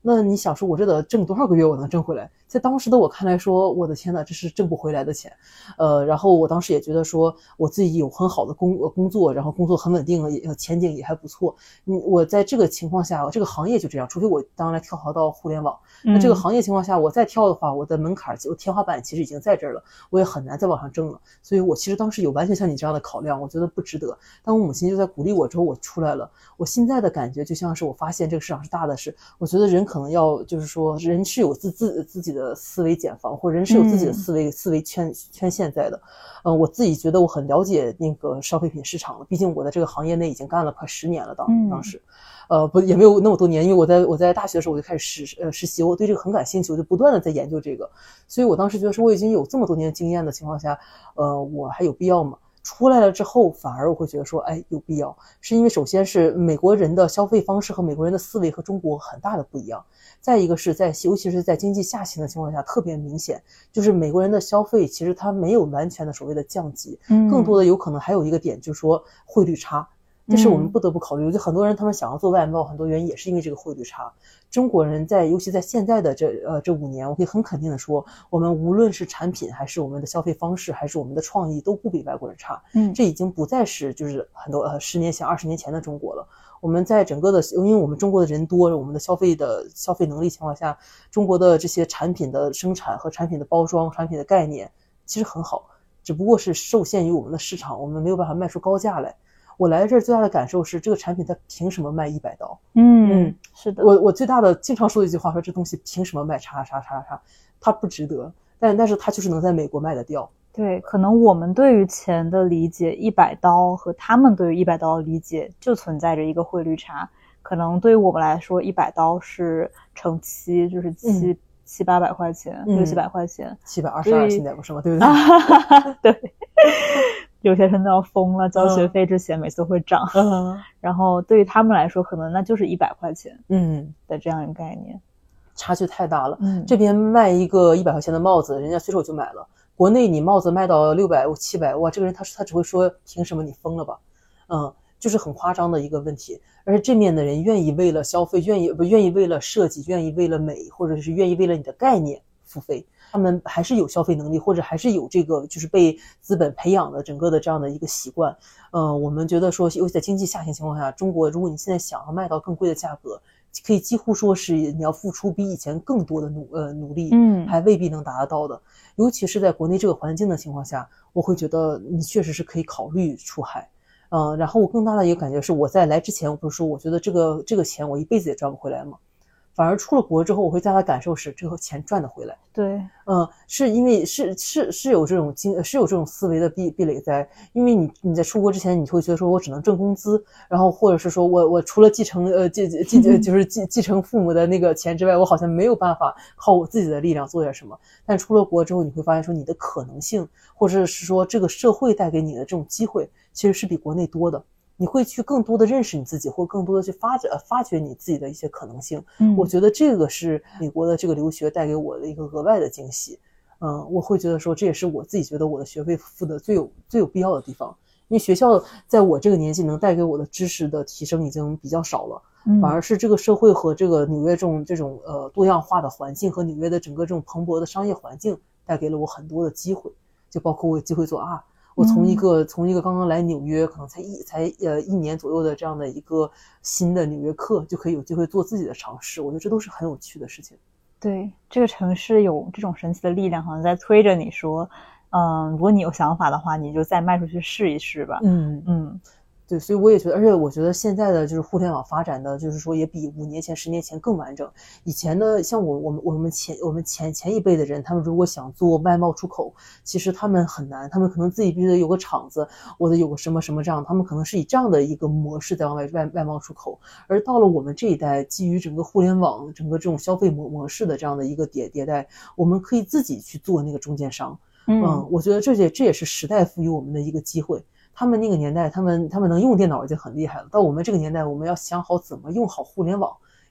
那你想说我这得挣多少个月我能挣回来？在当时的我看来说，我的天哪，这是挣不回来的钱。然后我当时也觉得说我自己有很好的工作，然后工作很稳定，前景也还不错。我在这个情况下，这个行业就这样，除非我当然跳槽到互联网，那这个行业情况下我再跳的话，我的门槛天花板其实已经在这儿了，我也很难再往上挣了。所以我其实当时有完全像你这样的考量，我觉得不值得。当我母亲就在鼓励我之后，我出来了。我现在的感觉就像是我发现这个市场是大的，是我觉得人可能要就是说人是有自己的思维茧房，或者人是有自己的思维圈限在的。我自己觉得我很了解那个消费品市场了，毕竟我在这个行业内已经干了快10年了，当时。也没有那么多年，因为我在大学的时候我就开始实习，我对这个很感兴趣，我就不断的在研究这个，所以我当时觉得说我已经有这么多年经验的情况下，我还有必要吗？出来了之后，反而我会觉得说，哎，有必要，是因为首先是美国人的消费方式和美国人的思维和中国很大的不一样，再一个是尤其是在经济下行的情况下特别明显，就是美国人的消费其实它没有完全的所谓的降级，更多的有可能还有一个点就是说汇率差。这是我们不得不考虑，就很多人他们想要做外贸，很多原因也是因为这个汇率差。中国人尤其在现在的这5年，我可以很肯定的说，我们无论是产品还是我们的消费方式还是我们的创意都不比外国人差。这已经不再是就是很多10年前20年前的中国了。我们在整个的，因为我们中国的人多，我们的消费能力情况下，中国的这些产品的生产和产品的包装、产品的概念其实很好，只不过是受限于我们的市场，我们没有办法卖出高价来。我来这儿最大的感受是，这个产品它凭什么卖100刀？ 是的。 我最大的经常说的一句话说，这东西凭什么卖叉，它不值得，但是它就是能在美国卖得掉。 对，可能我们对于钱的理解100刀和他们对于100刀的理解就存在着一个汇率差。可能对于我们来说100刀是乘7，就是700-800块钱，600-700块钱 ，722现在不是吗？对不对？ 对。有些人都要疯了，交学费之前每次都会涨，然后对于他们来说可能那就是100块钱的这样一个概念， 差距太大了。这边卖一个100块钱的帽子，人家随手就买了，国内你帽子卖到600-700，哇，这个人他只会说凭什么，你疯了吧？就是很夸张的一个问题。而且这面的人愿意为了消费，愿意为了设计，愿意为了美，或者是愿意为了你的概念付费，他们还是有消费能力，或者还是有这个就是被资本培养的整个的这样的一个习惯。我们觉得说，尤其在经济下行情况下，中国如果你现在想要卖到更贵的价格，可以几乎说是你要付出比以前更多的努力，还未必能达得到的。尤其是在国内这个环境的情况下，我会觉得你确实是可以考虑出海。然后我更大的一个感觉是，我在来之前我不是说我觉得这个钱我一辈子也赚不回来吗？反而出了国之后，我会大的感受是这个钱赚得回来。 对， 是因为是有这种是有这种思维的壁垒在，因为你在出国之前，你会觉得说我只能挣工资，然后或者是说我除了继承继承父母的那个钱之外，我好像没有办法靠我自己的力量做点什么。但出了国之后，你会发现说你的可能性，或者是说这个社会带给你的这种机会，其实是比国内多的。你会去更多的认识你自己，或更多的去发掘你自己的一些可能性。我觉得这个是美国的这个留学带给我的一个额外的惊喜。我会觉得说这也是我自己觉得我的学费付的最有必要的地方。因为学校在我这个年纪能带给我的知识的提升已经比较少了，反而是这个社会和这个纽约这种多样化的环境和纽约的整个这种蓬勃的商业环境带给了我很多的机会，就包括我有机会做我从一个刚刚来纽约可能才1年左右的这样的一个新的纽约客，就可以有机会做自己的尝试，我觉得这都是很有趣的事情。 对，这个城市有这种神奇的力量，好像在推着你说如果你有想法的话，你就再迈出去试一试吧。 对，所以我也觉得，而且我觉得现在的就是互联网发展的，就是说也比5年前、10年前更完整。以前的像我们前一辈的人，他们如果想做外贸出口，其实他们很难，他们可能自己必须得有个厂子，或者有个什么这样，他们可能是以这样的一个模式在往外贸出口。而到了我们这一代，基于整个互联网整个这种消费模式的这样的一个迭代，我们可以自己去做那个中间商。我觉得这也是时代赋予我们的一个机会。他们那个年代，他们能用电脑已经很厉害了。到我们这个年代，我们要想好怎么用好互联网，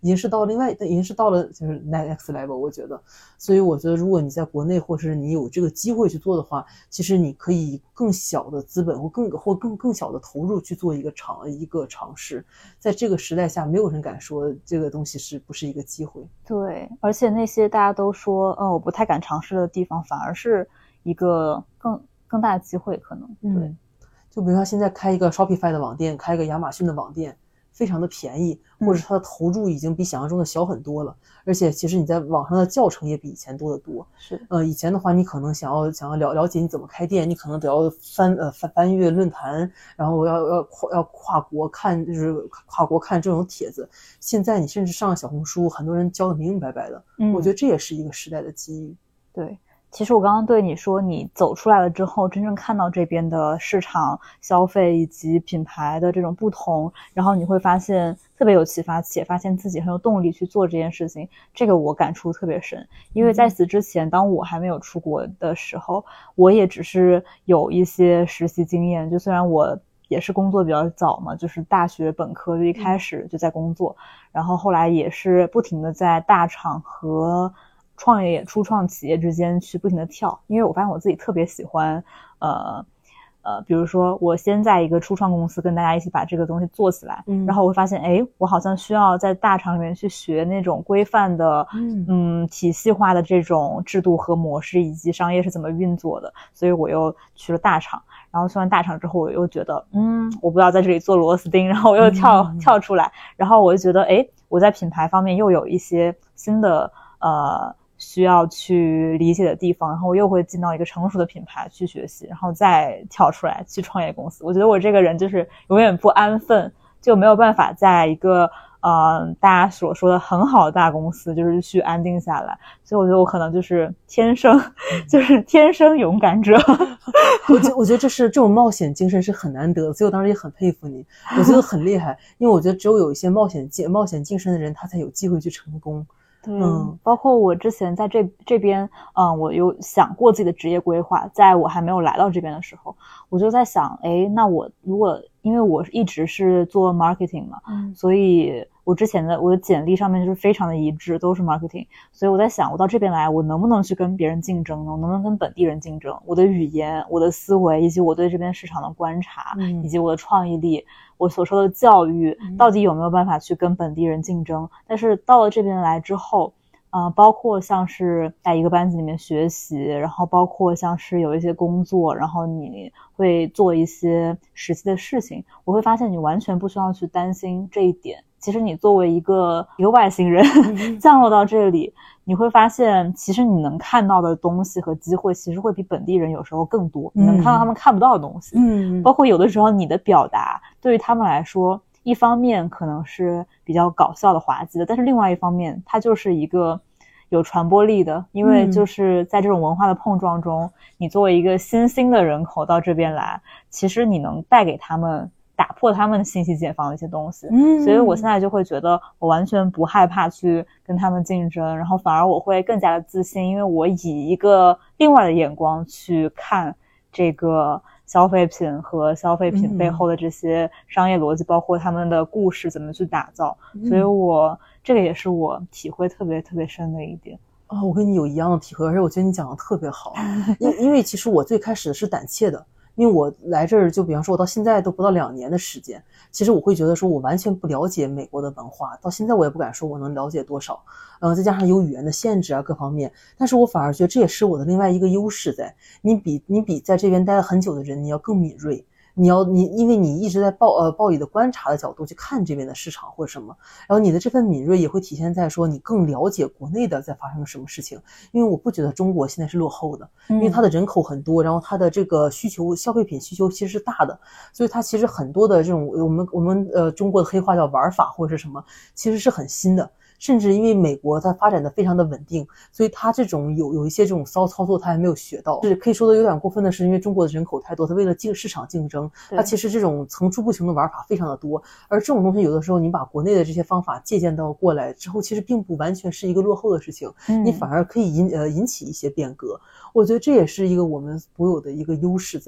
已经是到了就是 next level， 我觉得。所以我觉得如果你在国内或是你有这个机会去做的话，其实你可以更小的资本或更小的投入去做一个尝试。在这个时代下，没有人敢说这个东西是不是一个机会。 对，而且那些大家都说我不太敢尝试的地方，反而是一个更大的机会可能。对， 就比如说现在开一个 Shopify 的网店，开一个亚马逊的网店，非常的便宜，或者它的投入已经比想象中的小很多了，而且其实你在网上的教程也比以前多得多。 是， 以前的话，你可能想要了解你怎么开店，你可能得要翻阅论坛，然后要跨国看，就是跨国看这种帖子。现在你甚至上小红书，很多人教的明明白白的。我觉得这也是一个时代的机遇。 对。其实我刚刚对你说，你走出来了之后，真正看到这边的市场消费以及品牌的这种不同，然后你会发现特别有启发，且发现自己很有动力去做这件事情，这个我感触特别深。因为在此之前，当我还没有出国的时候，我也只是有一些实习经验，就虽然我也是工作比较早嘛，就是大学本科就一开始就在工作，然后后来也是不停的在大厂和创业初创企业之间去不停的跳，因为我发现我自己特别喜欢比如说我先在一个初创公司跟大家一起把这个东西做起来，然后我会发现我好像需要在大厂里面去学那种规范的体系化的这种制度和模式以及商业是怎么运作的，所以我又去了大厂，然后去完大厂之后我又觉得我不要在这里做螺丝钉，然后我又跳出来，然后我就觉得我在品牌方面又有一些新的需要去理解的地方，然后我又会进到一个成熟的品牌去学习，然后再跳出来去创业公司。我觉得我这个人就是永远不安分，就没有办法在一个大家所说的很好的大公司就是去安定下来，所以我觉得我可能就是天生勇敢者。 我觉得这种冒险精神是很难得的，所以我当时也很佩服你，我觉得很厉害，因为我觉得只有一些冒险精神的人，他才有机会去成功。 包括我之前在这边我有想过自己的职业规划，在我还没有来到这边的时候，我就在想那我如果因为我一直是做 marketing 嘛，所以我之前我的简历上面就是非常的一致，都是 marketing， 所以我在想我到这边来我能不能去跟别人竞争呢？我能不能跟本地人竞争？我的语言，我的思维，以及我对这边市场的观察，以及我的创意力，我所受的教育到底有没有办法去跟本地人竞争？但是到了这边来之后包括像是在一个班级里面学习，然后包括像是有一些工作，然后你会做一些实际的事情，我会发现你完全不需要去担心这一点。其实你作为一个外星人降落到这里，你会发现其实你能看到的东西和机会其实会比本地人有时候更多，你能看到他们看不到的东西。包括有的时候你的表达对于他们来说，一方面可能是比较搞笑的滑稽的，但是另外一方面它就是一个有传播力的，因为就是在这种文化的碰撞中，你作为一个新兴的人口到这边来，其实你能带给他们打破他们信息茧房的一些东西。所以我现在就会觉得我完全不害怕去跟他们竞争，然后反而我会更加的自信，因为我以一个另外的眼光去看这个消费品和消费品背后的这些商业逻辑，包括他们的故事怎么去打造。所以这个也是我体会特别特别深的一点。 我跟你有一样的体会，而且我觉得你讲的特别好。因为其实我最开始是胆怯的，因为我来这儿就比方说我到现在都不到2年的时间，其实我会觉得说我完全不了解美国的文化，到现在我也不敢说我能了解多少，再加上有语言的限制各方面，但是我反而觉得这也是我的另外一个优势在，你比在这边待了很久的人你要更敏锐，因为你一直在抱以的观察的角度去看这边的市场或者什么，然后你的这份敏锐也会体现在说你更了解国内的在发生什么事情。因为我不觉得中国现在是落后的，因为它的人口很多，然后它的这个消费品需求其实是大的，所以它其实很多的这种我们中国的黑话叫玩法或者是什么，其实是很新的。甚至因为美国它发展的非常的稳定，所以它这种有一些这种骚操作它还没有学到。是可以说的有点过分的是，因为中国的人口太多，它为了市场竞争，它其实这种层出不穷的玩法非常的多，而这种东西有的时候你把国内的这些方法借鉴到过来之后，其实并不完全是一个落后的事情，你反而可以引起一些变革。我觉得这也是一个我们独有的一个优势在。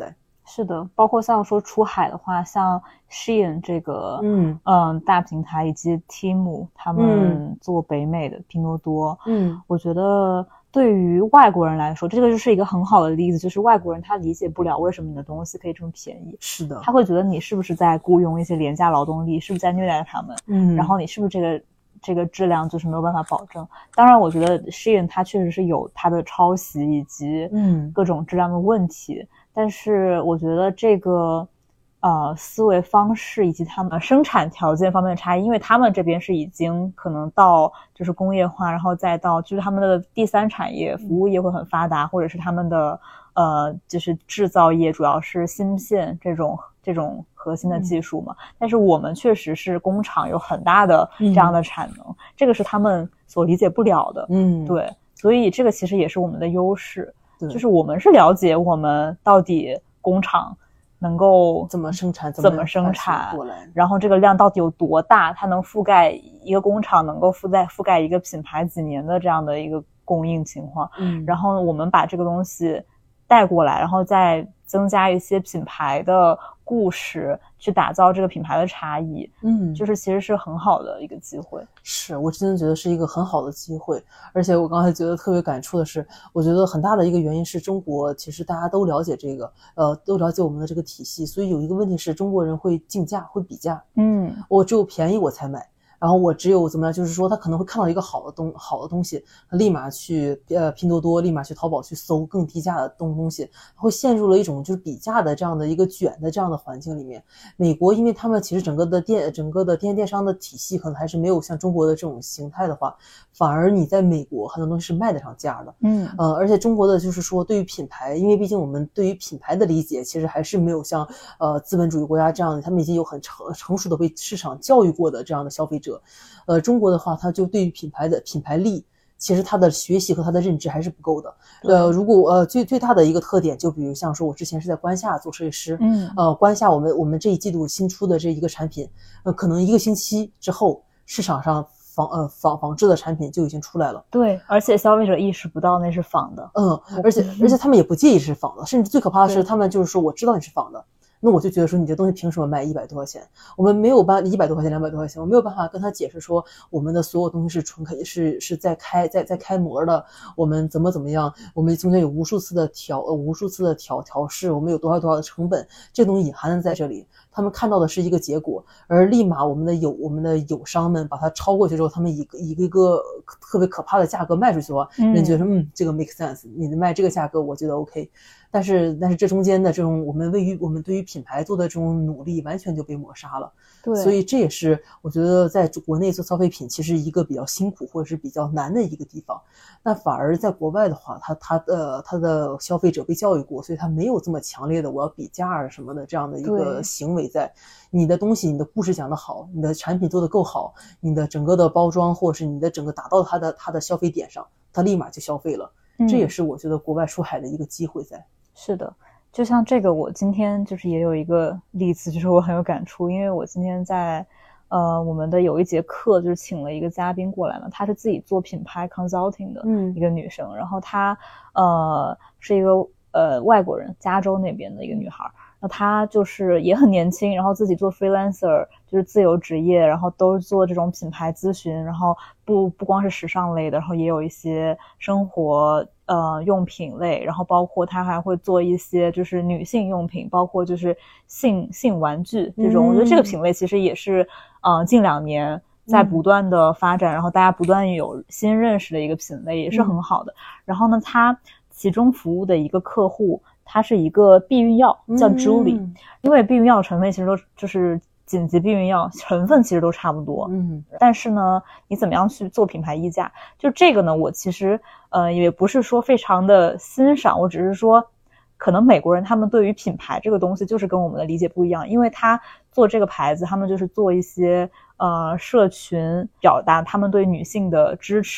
是的，包括像说出海的话，像 Shein 这个大平台以及 Temu 他们做北美的拼多多，我觉得对于外国人来说，这个就是一个很好的例子，就是外国人他理解不了为什么你的东西可以这么便宜。 是的， 他会觉得你是不是在雇佣一些廉价劳动力，是不是在虐待他们，然后你是不是这个质量就是没有办法保证。当然我觉得 Shein 它确实是有它的抄袭以及各种质量的问题，但是我觉得这个思维方式以及他们生产条件方面的差异，因为他们这边是已经可能到就是工业化，然后再到就是他们的第三产业服务业会很发达，或者是他们的就是制造业主要是芯片这种核心的技术嘛，但是我们确实是工厂有很大的这样的产能，这个是他们所理解不了的。对，所以这个其实也是我们的优势，就是我们是了解我们到底工厂能够怎么生产， 然后这个量到底有多大，它能覆盖一个工厂能够覆盖一个品牌几年的这样的一个供应情况，然后我们把这个东西带过来，然后再增加一些品牌的故事，去打造这个品牌的差异，就是其实是很好的一个机会。 是，我真的觉得是一个很好的机会，而且我刚才觉得特别感触的是，我觉得很大的一个原因是中国其实大家都了解这个都了解我们的这个体系，所以有一个问题是中国人会竞价，会比价，我只有便宜我才买，然后我只有怎么样，就是说他可能会看到一个好的东西，他立马去拼多多，立马去淘宝去搜更低价的东西，他会陷入了一种就是比价的这样的一个卷的这样的环境里面。美国因为他们其实整个的电商的体系可能还是没有像中国的这种形态的话，反而你在美国很多东西是卖得上价的。而且中国的就是说对于品牌，因为毕竟我们对于品牌的理解其实还是没有像资本主义国家这样的，他们已经有很成熟的被市场教育过的这样的消费者。中国的话，他就对于品牌的品牌力，其实他的学习和他的认知还是不够的。如果最大的一个特点，就比如像说我之前是在关夏做设计师，关夏我们这一季度新出的这一个产品，可能1个星期之后，市场上仿制的产品就已经出来了。 对，而且消费者意识不到那是仿的。 而且他们也不介意是仿的，甚至最可怕的是他们就是说我知道你是仿的。那我就觉得说你这东西凭什么卖100多块钱？我们没有办法100多块钱200多块钱，我没有办法跟他解释说我们的所有东西是纯可以是在开模的，我们怎么样，我们中间有无数次的调试，我们有多少的成本，这东西隐含在这里。他们看到的是一个结果，而立马我们的友商们把它超过去之后，他们一个特别可怕的价格卖出去的话，人觉得这个 make sense， 你卖这个价格我觉得 OK。但是这中间的这种我们对于品牌做的这种努力完全就被抹杀了。 对， 所以这也是我觉得在国内做消费品其实一个比较辛苦或者是比较难的一个地方。那反而在国外的话，他的消费者被教育过，所以他没有这么强烈的我要比价啊什么的这样的一个行为在。你的东西，你的故事讲得好，你的产品做得够好，你的整个的包装或者是你的整个打到他的消费点上，他立马就消费了。这也是我觉得国外出海的一个机会在。 是的，就像这个我今天就是也有一个例子，就是我很有感触，因为我今天在我们的有一节课就是请了一个嘉宾过来嘛，她是自己做品牌 consulting 的一个女生，然后她是一个外国人，加州那边的一个女孩。那她就是也很年轻，然后自己做 freelancer， 就是自由职业，然后都做这种品牌咨询，然后不光是时尚类的，然后也有一些生活用品类，然后包括她还会做一些就是女性用品，包括就是性玩具这种。我觉得这个品类其实也是近2年在不断的发展，然后大家不断有新认识的一个品类，也是很好的。然后呢，她其中服务的一个客户，它是一个避孕药，叫 Julie，因为避孕药成分其实都就是紧急避孕药成分其实都差不多，但是呢，你怎么样去做品牌溢价？就这个呢，我其实也不是说非常的欣赏，我只是说，可能美国人他们对于品牌这个东西就是跟我们的理解不一样，因为他做这个牌子，他们就是做一些社群表达他们对女性的支持。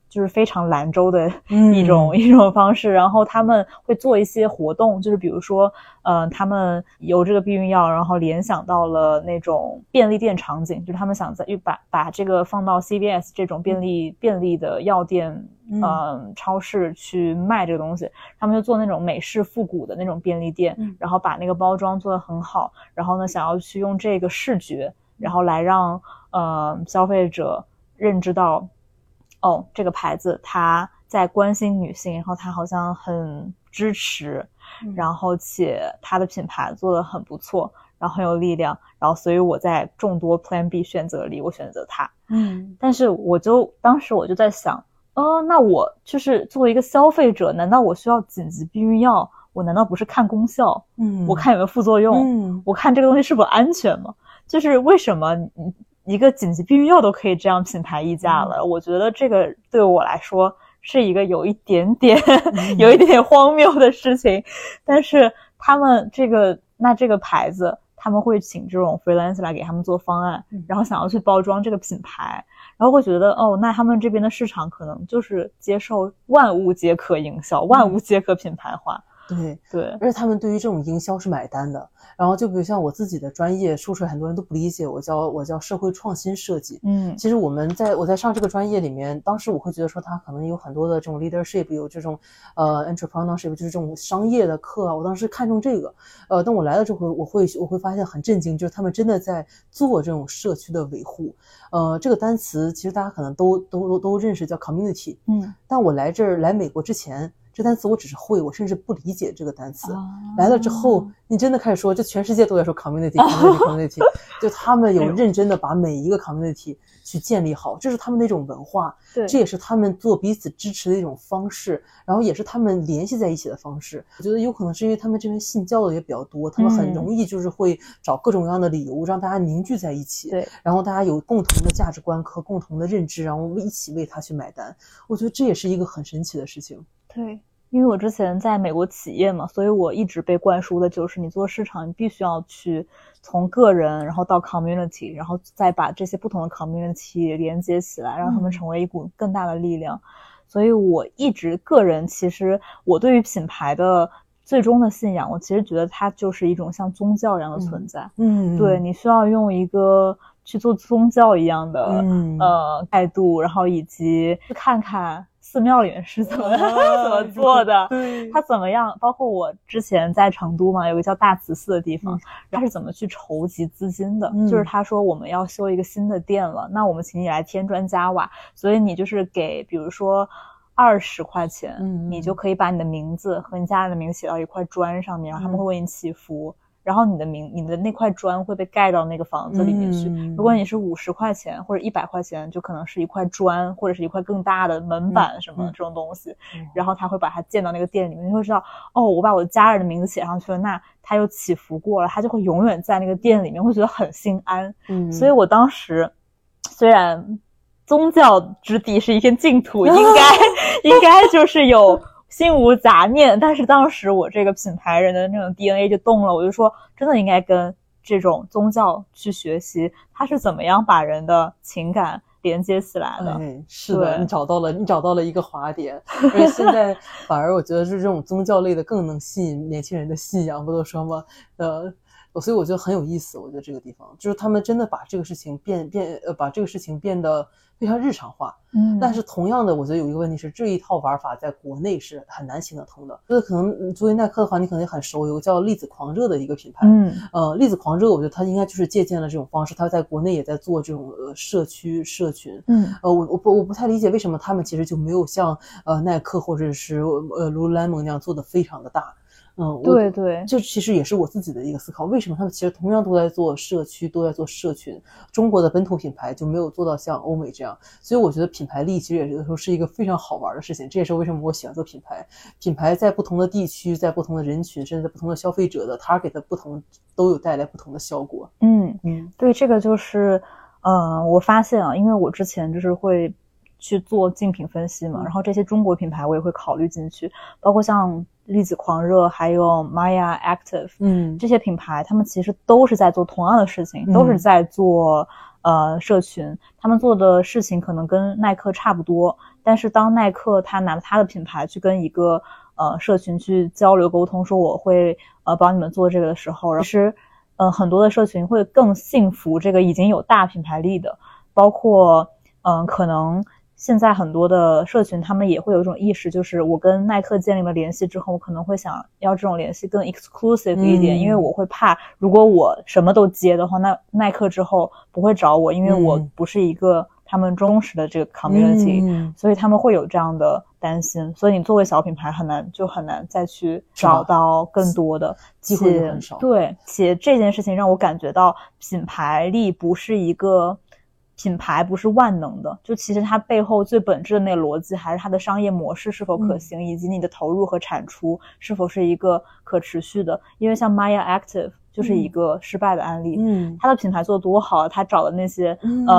就是非常兰州的一种方式，然后他们会做一些活动，就是比如说他们由这个避孕药然后联想到了那种便利店场景，就是他们想把这个放到 CVS 这种便利的药店超市去卖这个东西，他们就做那种美式复古的那种便利店，然后把那个包装做得很好，然后呢想要去用这个视觉然后来让消费者认知到这个牌子它在关心女性，然后它好像很支持，然后且它的品牌做得很不错，然后很有力量，然后所以我在众多 Plan B 选择里我选择它。但是当时我就在想那我就是作为一个消费者，难道我需要紧急避孕药？我难道不是看功效？我看有没有副作用？我看这个东西是否安全吗？就是为什么一个紧急避孕药都可以这样品牌溢价了？我觉得这个对我来说是一个有一点点荒谬的事情。但是他们这个牌子他们会请这种 freelancer 来给他们做方案，然后想要去包装这个品牌，然后会觉得那他们这边的市场可能就是接受万物皆可营销，万物皆可品牌化。对， 而且他们对于这种营销是买单的。然后就比如像我自己的专业说出来很多人都不理解，我叫社会创新设计。其实我在上这个专业里面，当时我会觉得说它可能有很多的这种 leadership， 有这种entrepreneurship， 就是这种商业的课啊，我当时看中这个。等我来了之后，我会发现很震惊，就是他们真的在做这种社区的维护。这个单词其实大家可能都认识，叫 community。但我来美国之前，这单词我只是会，我甚至不理解这个单词。来了之后，你真的开始说，这全世界都在说 community， 就他们有认真的把每一个 community 去建立好，这是他们那种文化，这也是他们做彼此支持的一种方式，然后也是他们联系在一起的方式。我觉得有可能是因为他们这边信教的也比较多，他们很容易就是会找各种各样的理由让大家凝聚在一起，然后大家有共同的价值观和共同的认知，然后一起为他去买单。我觉得这也是一个很神奇的事情。 对，因为我之前在美国企业嘛，所以我一直被灌输的就是你做市场你必须要去从个人然后到 community， 然后再把这些不同的 community 连接起来，让他们成为一股更大的力量。所以我一直个人其实我对于品牌的最终的信仰，我其实觉得它就是一种像宗教一样的存在。对，你需要用一个去做宗教一样的态度，然后以及去看看寺庙里面是怎么做的，他怎么样，包括我之前在成都嘛，有个叫大慈寺的地方，他是怎么去筹集资金的，就是他说我们要修一个新的店了，那我们请你来添砖加瓦，所以你就是给比如说20块钱，你就可以把你的名字和你家人的名字写到一块砖上面，然后他们会为你祈福，然后你的那块砖会被盖到那个房子里面去。如果你是50块钱或者100块钱，就可能是一块砖或者是一块更大的门板什么这种东西，然后他会把它建到那个店里面，你会知道我把我的家人的名字写上去了，那他又祈福过了，他就会永远在那个店里面，会觉得很心安。所以我当时虽然宗教之地是一片净土，应该就是有心无杂念，但是当时我这个品牌人的那种 DNA 就动了，我就说真的应该跟这种宗教去学习，它是怎么样把人的情感连接起来的。 是的，你找到了一个滑点。而且现在反而我觉得是这种宗教类的更能吸引年轻人的信仰，不都说吗？所以我觉得很有意思。我觉得这个地方就是他们真的把这个事情变得非常日常化。但是同样的，我觉得有一个问题是，这一套玩法在国内是很难行得通的。就是可能作为耐克的话，你可能也很熟，有个叫粒子狂热的一个品牌。粒子狂热，我觉得它应该就是借鉴了这种方式，它在国内也在做这种社群。我不太理解为什么他们其实就没有像耐克或者是Lululemon 那样做的非常的大。对，这其实也是我自己的一个思考，为什么他们其实同样都在做社区，都在做社群，中国的本土品牌就没有做到像欧美这样。所以我觉得品牌力其实也有的时候是一个非常好玩的事情，这也是为什么我喜欢做品牌。品牌在不同的地区，在不同的人群，甚至在不同的消费者的 target 的不同，都有带来不同的效果。 对，这个就是我发现因为我之前就是会去做竞品分析嘛，然后这些中国品牌我也会考虑进去，包括像粒子狂热还有 Maya Active，这些品牌他们其实都是在做同样的事情，都是在做社群，他们做的事情可能跟耐克差不多，但是当耐克他拿他的品牌去跟一个社群去交流沟通，说我会帮你们做这个的时候，其实很多的社群会更信服这个已经有大品牌力的，包括可能现在很多的社群他们也会有一种意识，就是我跟耐克建立了联系之后，我可能会想要这种联系更 exclusive 一点，因为我会怕如果我什么都接的话，那耐克之后不会找我，因为我不是一个他们忠实的这个 community，所以他们会有这样的担心，所以你作为小品牌很难再去找到更多的机会，很少。 对，且这件事情让我感觉到品牌力不是一个品牌不是万能的，就其实它背后最本质的那个逻辑还是它的商业模式是否可行，以及你的投入和产出是否是一个可持续的。因为像 Maya Active 就是一个失败的案例，它的品牌做得多好，他找的那些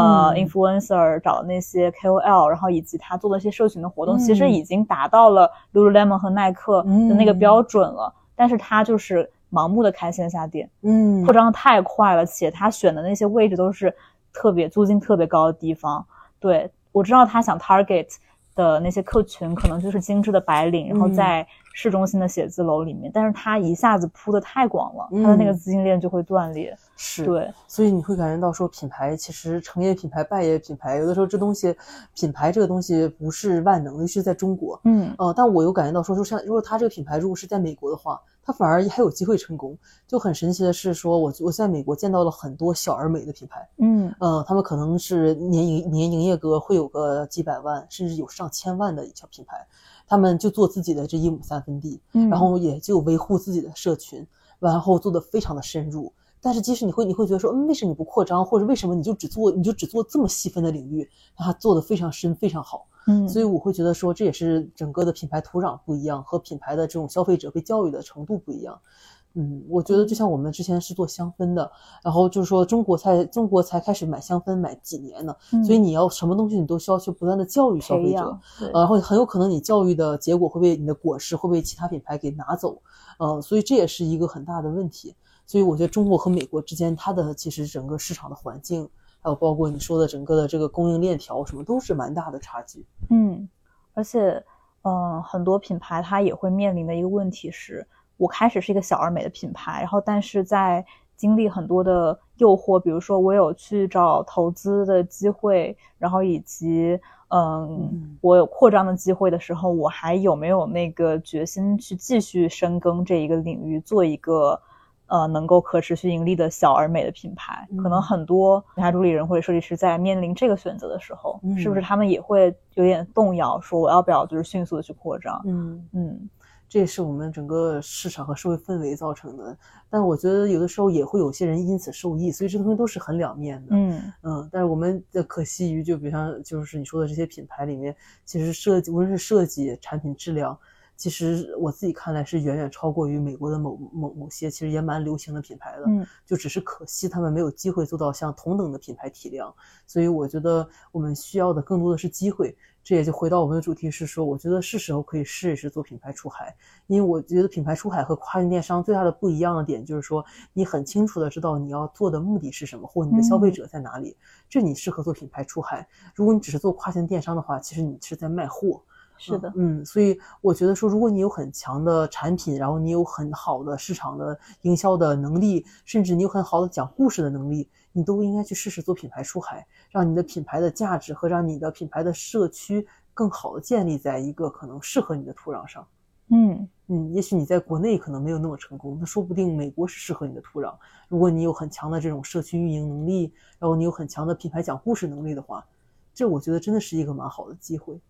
influencer， 找的那些 KOL， 然后以及他做的一些社群的活动，其实已经达到了 Lululemon 和耐克的那个标准了，但是他就是盲目的开线下店，扩张太快了，且他选的那些位置都是租金特别高的地方。对，我知道他想 target 的那些客群可能就是精致的白领，然后在市中心的写字楼里面，但是他一下子铺的太广了，他的那个资金链就会断裂。 是， 对， 所以你会感觉到说品牌其实成也品牌败也品牌，有的时候这东西品牌这个东西不是万能的，尤其是在中国。但我又感觉到说如果他这个品牌如果是在美国的话，他反而还有机会成功。就很神奇的是说我在美国见到了很多小而美的品牌，他们可能是年营业额会有个几百万甚至有上千万的小品牌，他们就做自己的这1亩3分地，然后也就维护自己的社群，然后做得非常的深入。但是即使你会觉得说为什么你不扩张，或者为什么你就只做这么细分的领域，它做得非常深非常好。所以我会觉得说这也是整个的品牌土壤不一样，和品牌的这种消费者被教育的程度不一样。我觉得就像我们之前是做香氛的，然后就是说中国才开始买香氛买几年呢，所以你要什么东西你都需要去不断的教育消费者，然后很有可能你教育的结果会被你的果实会被其他品牌给拿走，所以这也是一个很大的问题。所以我觉得中国和美国之间它的其实整个市场的环境，还有包括你说的整个的这个供应链条什么都是蛮大的差距。 而且很多品牌它也会面临的一个问题是，我开始是一个小而美的品牌，然后但是在经历很多的诱惑，比如说我有去找投资的机会，然后以及我有扩张的机会的时候，我还有没有那个决心去继续深耕这一个领域，做一个能够可持续盈利的小而美的品牌。可能很多品牌主理人或者设计师在面临这个选择的时候，是不是他们也会有点动摇，说我要不要就是迅速的去扩张。 这也是我们整个市场和社会氛围造成的，但我觉得有的时候也会有些人因此受益，所以这东西都是很两面的。但是我们的可惜于就比如像就是你说的这些品牌里面，其实无论是设计产品质量，其实我自己看来是远远超过于美国的某些其实也蛮流行的品牌的，就只是可惜他们没有机会做到像同等的品牌体量，所以我觉得我们需要的更多的是机会。这也就回到我们的主题是说，我觉得是时候可以试一试做品牌出海，因为我觉得品牌出海和跨境电商最大的不一样的点就是说，你很清楚的知道你要做的目的是什么，或你的消费者在哪里，这你适合做品牌出海。如果你只是做跨境电商的话，其实你是在卖货。 是的， 所以我觉得说，如果你有很强的产品，然后你有很好的市场的营销的能力，甚至你有很好的讲故事的能力，你都应该去试试做品牌出海，让你的品牌的价值和让你的品牌的社区更好的建立在一个可能适合你的土壤上。也许你在国内可能没有那么成功，那说不定美国是适合你的土壤。如果你有很强的这种社区运营能力，然后你有很强的品牌讲故事能力的话，这我觉得真的是一个蛮好的机会。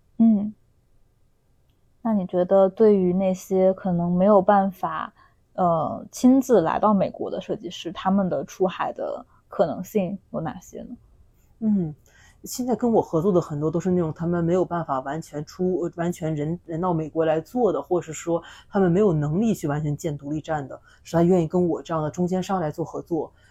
那你觉得对于那些可能没有办法亲自来到美国的设计师，他们的出海的可能性有哪些呢？ 现在跟我合作的很多都是那种他们没有办法完全人到美国来做的，或者是说他们没有能力去完全建独立站的，是他愿意跟我这样的中间商来做合作。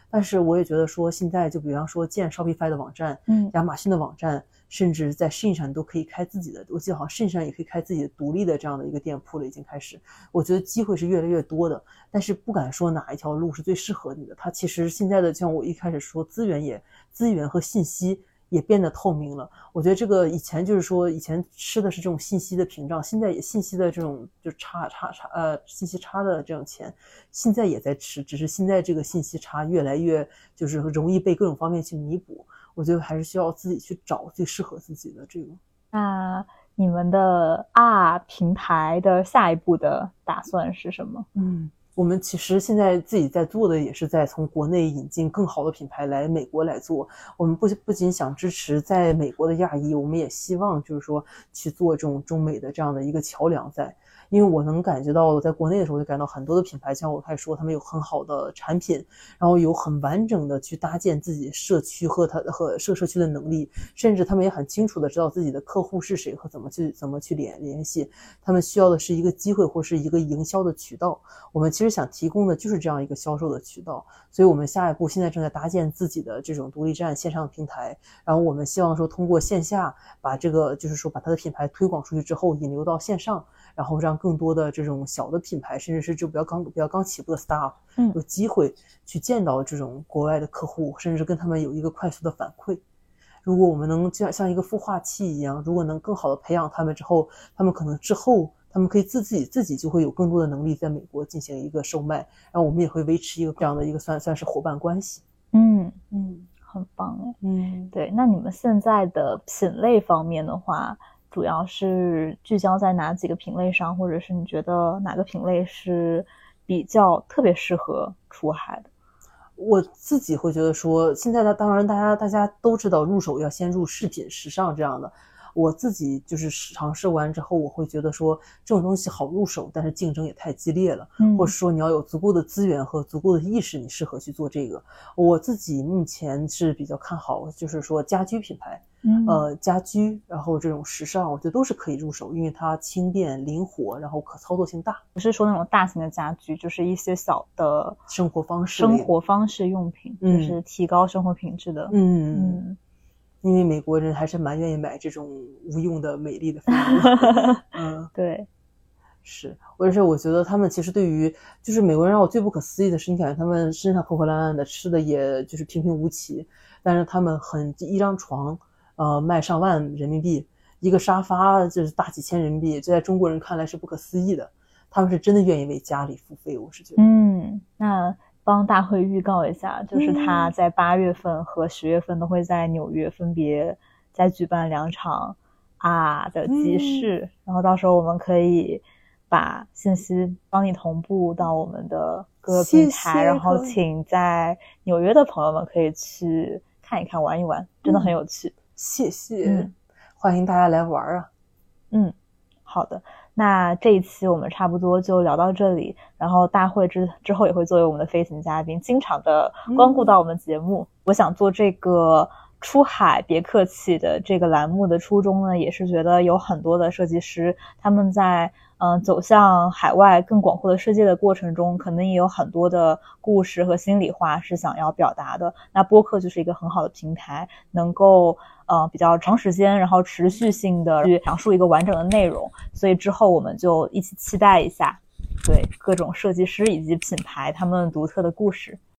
但是我也觉得说现在就比方说建 Shopify 的网站，亚马逊的网站，甚至在 Shein 上都可以开自己的，我记得好像 Shein 上也可以开自己的独立的这样的一个店铺了，已经开始。我觉得机会是越来越多的，但是不敢说哪一条路是最适合你的。它其实现在的像我一开始说资源和信息也变得透明了。我觉得这个以前就是说以前吃的是这种信息的屏障，现在也信息的这种就信息差的这种钱，现在也在吃，只是现在这个信息差越来越就是容易被各种方面去弥补。我觉得还是需要自己去找最适合自己的这个。 那你们的平台的下一步的打算是什么？ 我们其实现在自己在做的也是在从国内引进更好的品牌来美国来做。我们不仅想支持在美国的亚裔，我们也希望就是说去做这种中美的这样的一个桥梁在。因为我能感觉到在国内的时候就感到很多的品牌像我开始说他们有很好的产品，然后有很完整的去搭建自己社区和社区的能力，甚至他们也很清楚的知道自己的客户是谁和怎么去联系，他们需要的是一个机会或是一个营销的渠道。我们其实想提供的就是这样一个销售的渠道，所以我们下一步现在正在搭建自己的这种独立站线上平台，然后我们希望说通过线下把这个就是说把它的品牌推广出去之后引流到线上，然后让更多的这种小的品牌甚至是就比较刚起步的 startup 有机会去见到这种国外的客户，甚至跟他们有一个快速的反馈。如果我们能像一个孵化器一样，如果能更好的培养他们之后，他们可能之后他们可以自己就会有更多的能力在美国进行一个售卖，然后我们也会维持一个这样的一个算是伙伴关系。 很棒哎。对，那你们现在的品类方面的话，主要是聚焦在哪几个品类上，或者是你觉得哪个品类是比较特别适合出海的？ 我自己会觉得说，现在当然大家都知道入手要先入饰品时尚这样的，我自己就是尝试完之后，我会觉得说这种东西好入手，但是竞争也太激烈了，或者说你要有足够的资源和足够的意识，你适合去做这个。我自己目前是比较看好就是说家居品牌，家居然后这种时尚我觉得都是可以入手，因为它轻便灵活，然后可操作性大。 不是说那种大型的家居，就是一些小的生活方式用品， 就是提高生活品质的。 因为美国人还是蛮愿意买这种无用的美丽的服务。 对， 是，我觉得他们其实对于就是美国人让我最不可思议的是，你感觉他们身上破破烂烂的，吃的也就是平平无奇，但是他们一张床卖上万人民币，一个沙发就是大几千人民币，这在中国人看来是不可思议的，他们是真的愿意为家里付费，我是觉得。 那帮大会预告一下，就是他在8月份和10月份都会在纽约分别再举办2场的集市，然后到时候我们可以把信息帮你同步到我们的各个平台，然后请在纽约的朋友们可以去看一看玩一玩，真的很有趣。 谢谢，欢迎大家来玩啊。 好的，那这一期我们差不多就聊到这里，然后大会之后也会作为我们的飞行嘉宾经常的光顾到我们节目。我想做这个出海别客气的这个栏目的初衷呢，也是觉得有很多的设计师他们在走向海外更广阔的世界的过程中，可能也有很多的故事和心里话是想要表达的。那播客就是一个很好的平台，能够比较长时间然后持续性的去讲述一个完整的内容，所以之后我们就一起期待一下对各种设计师以及品牌他们独特的故事。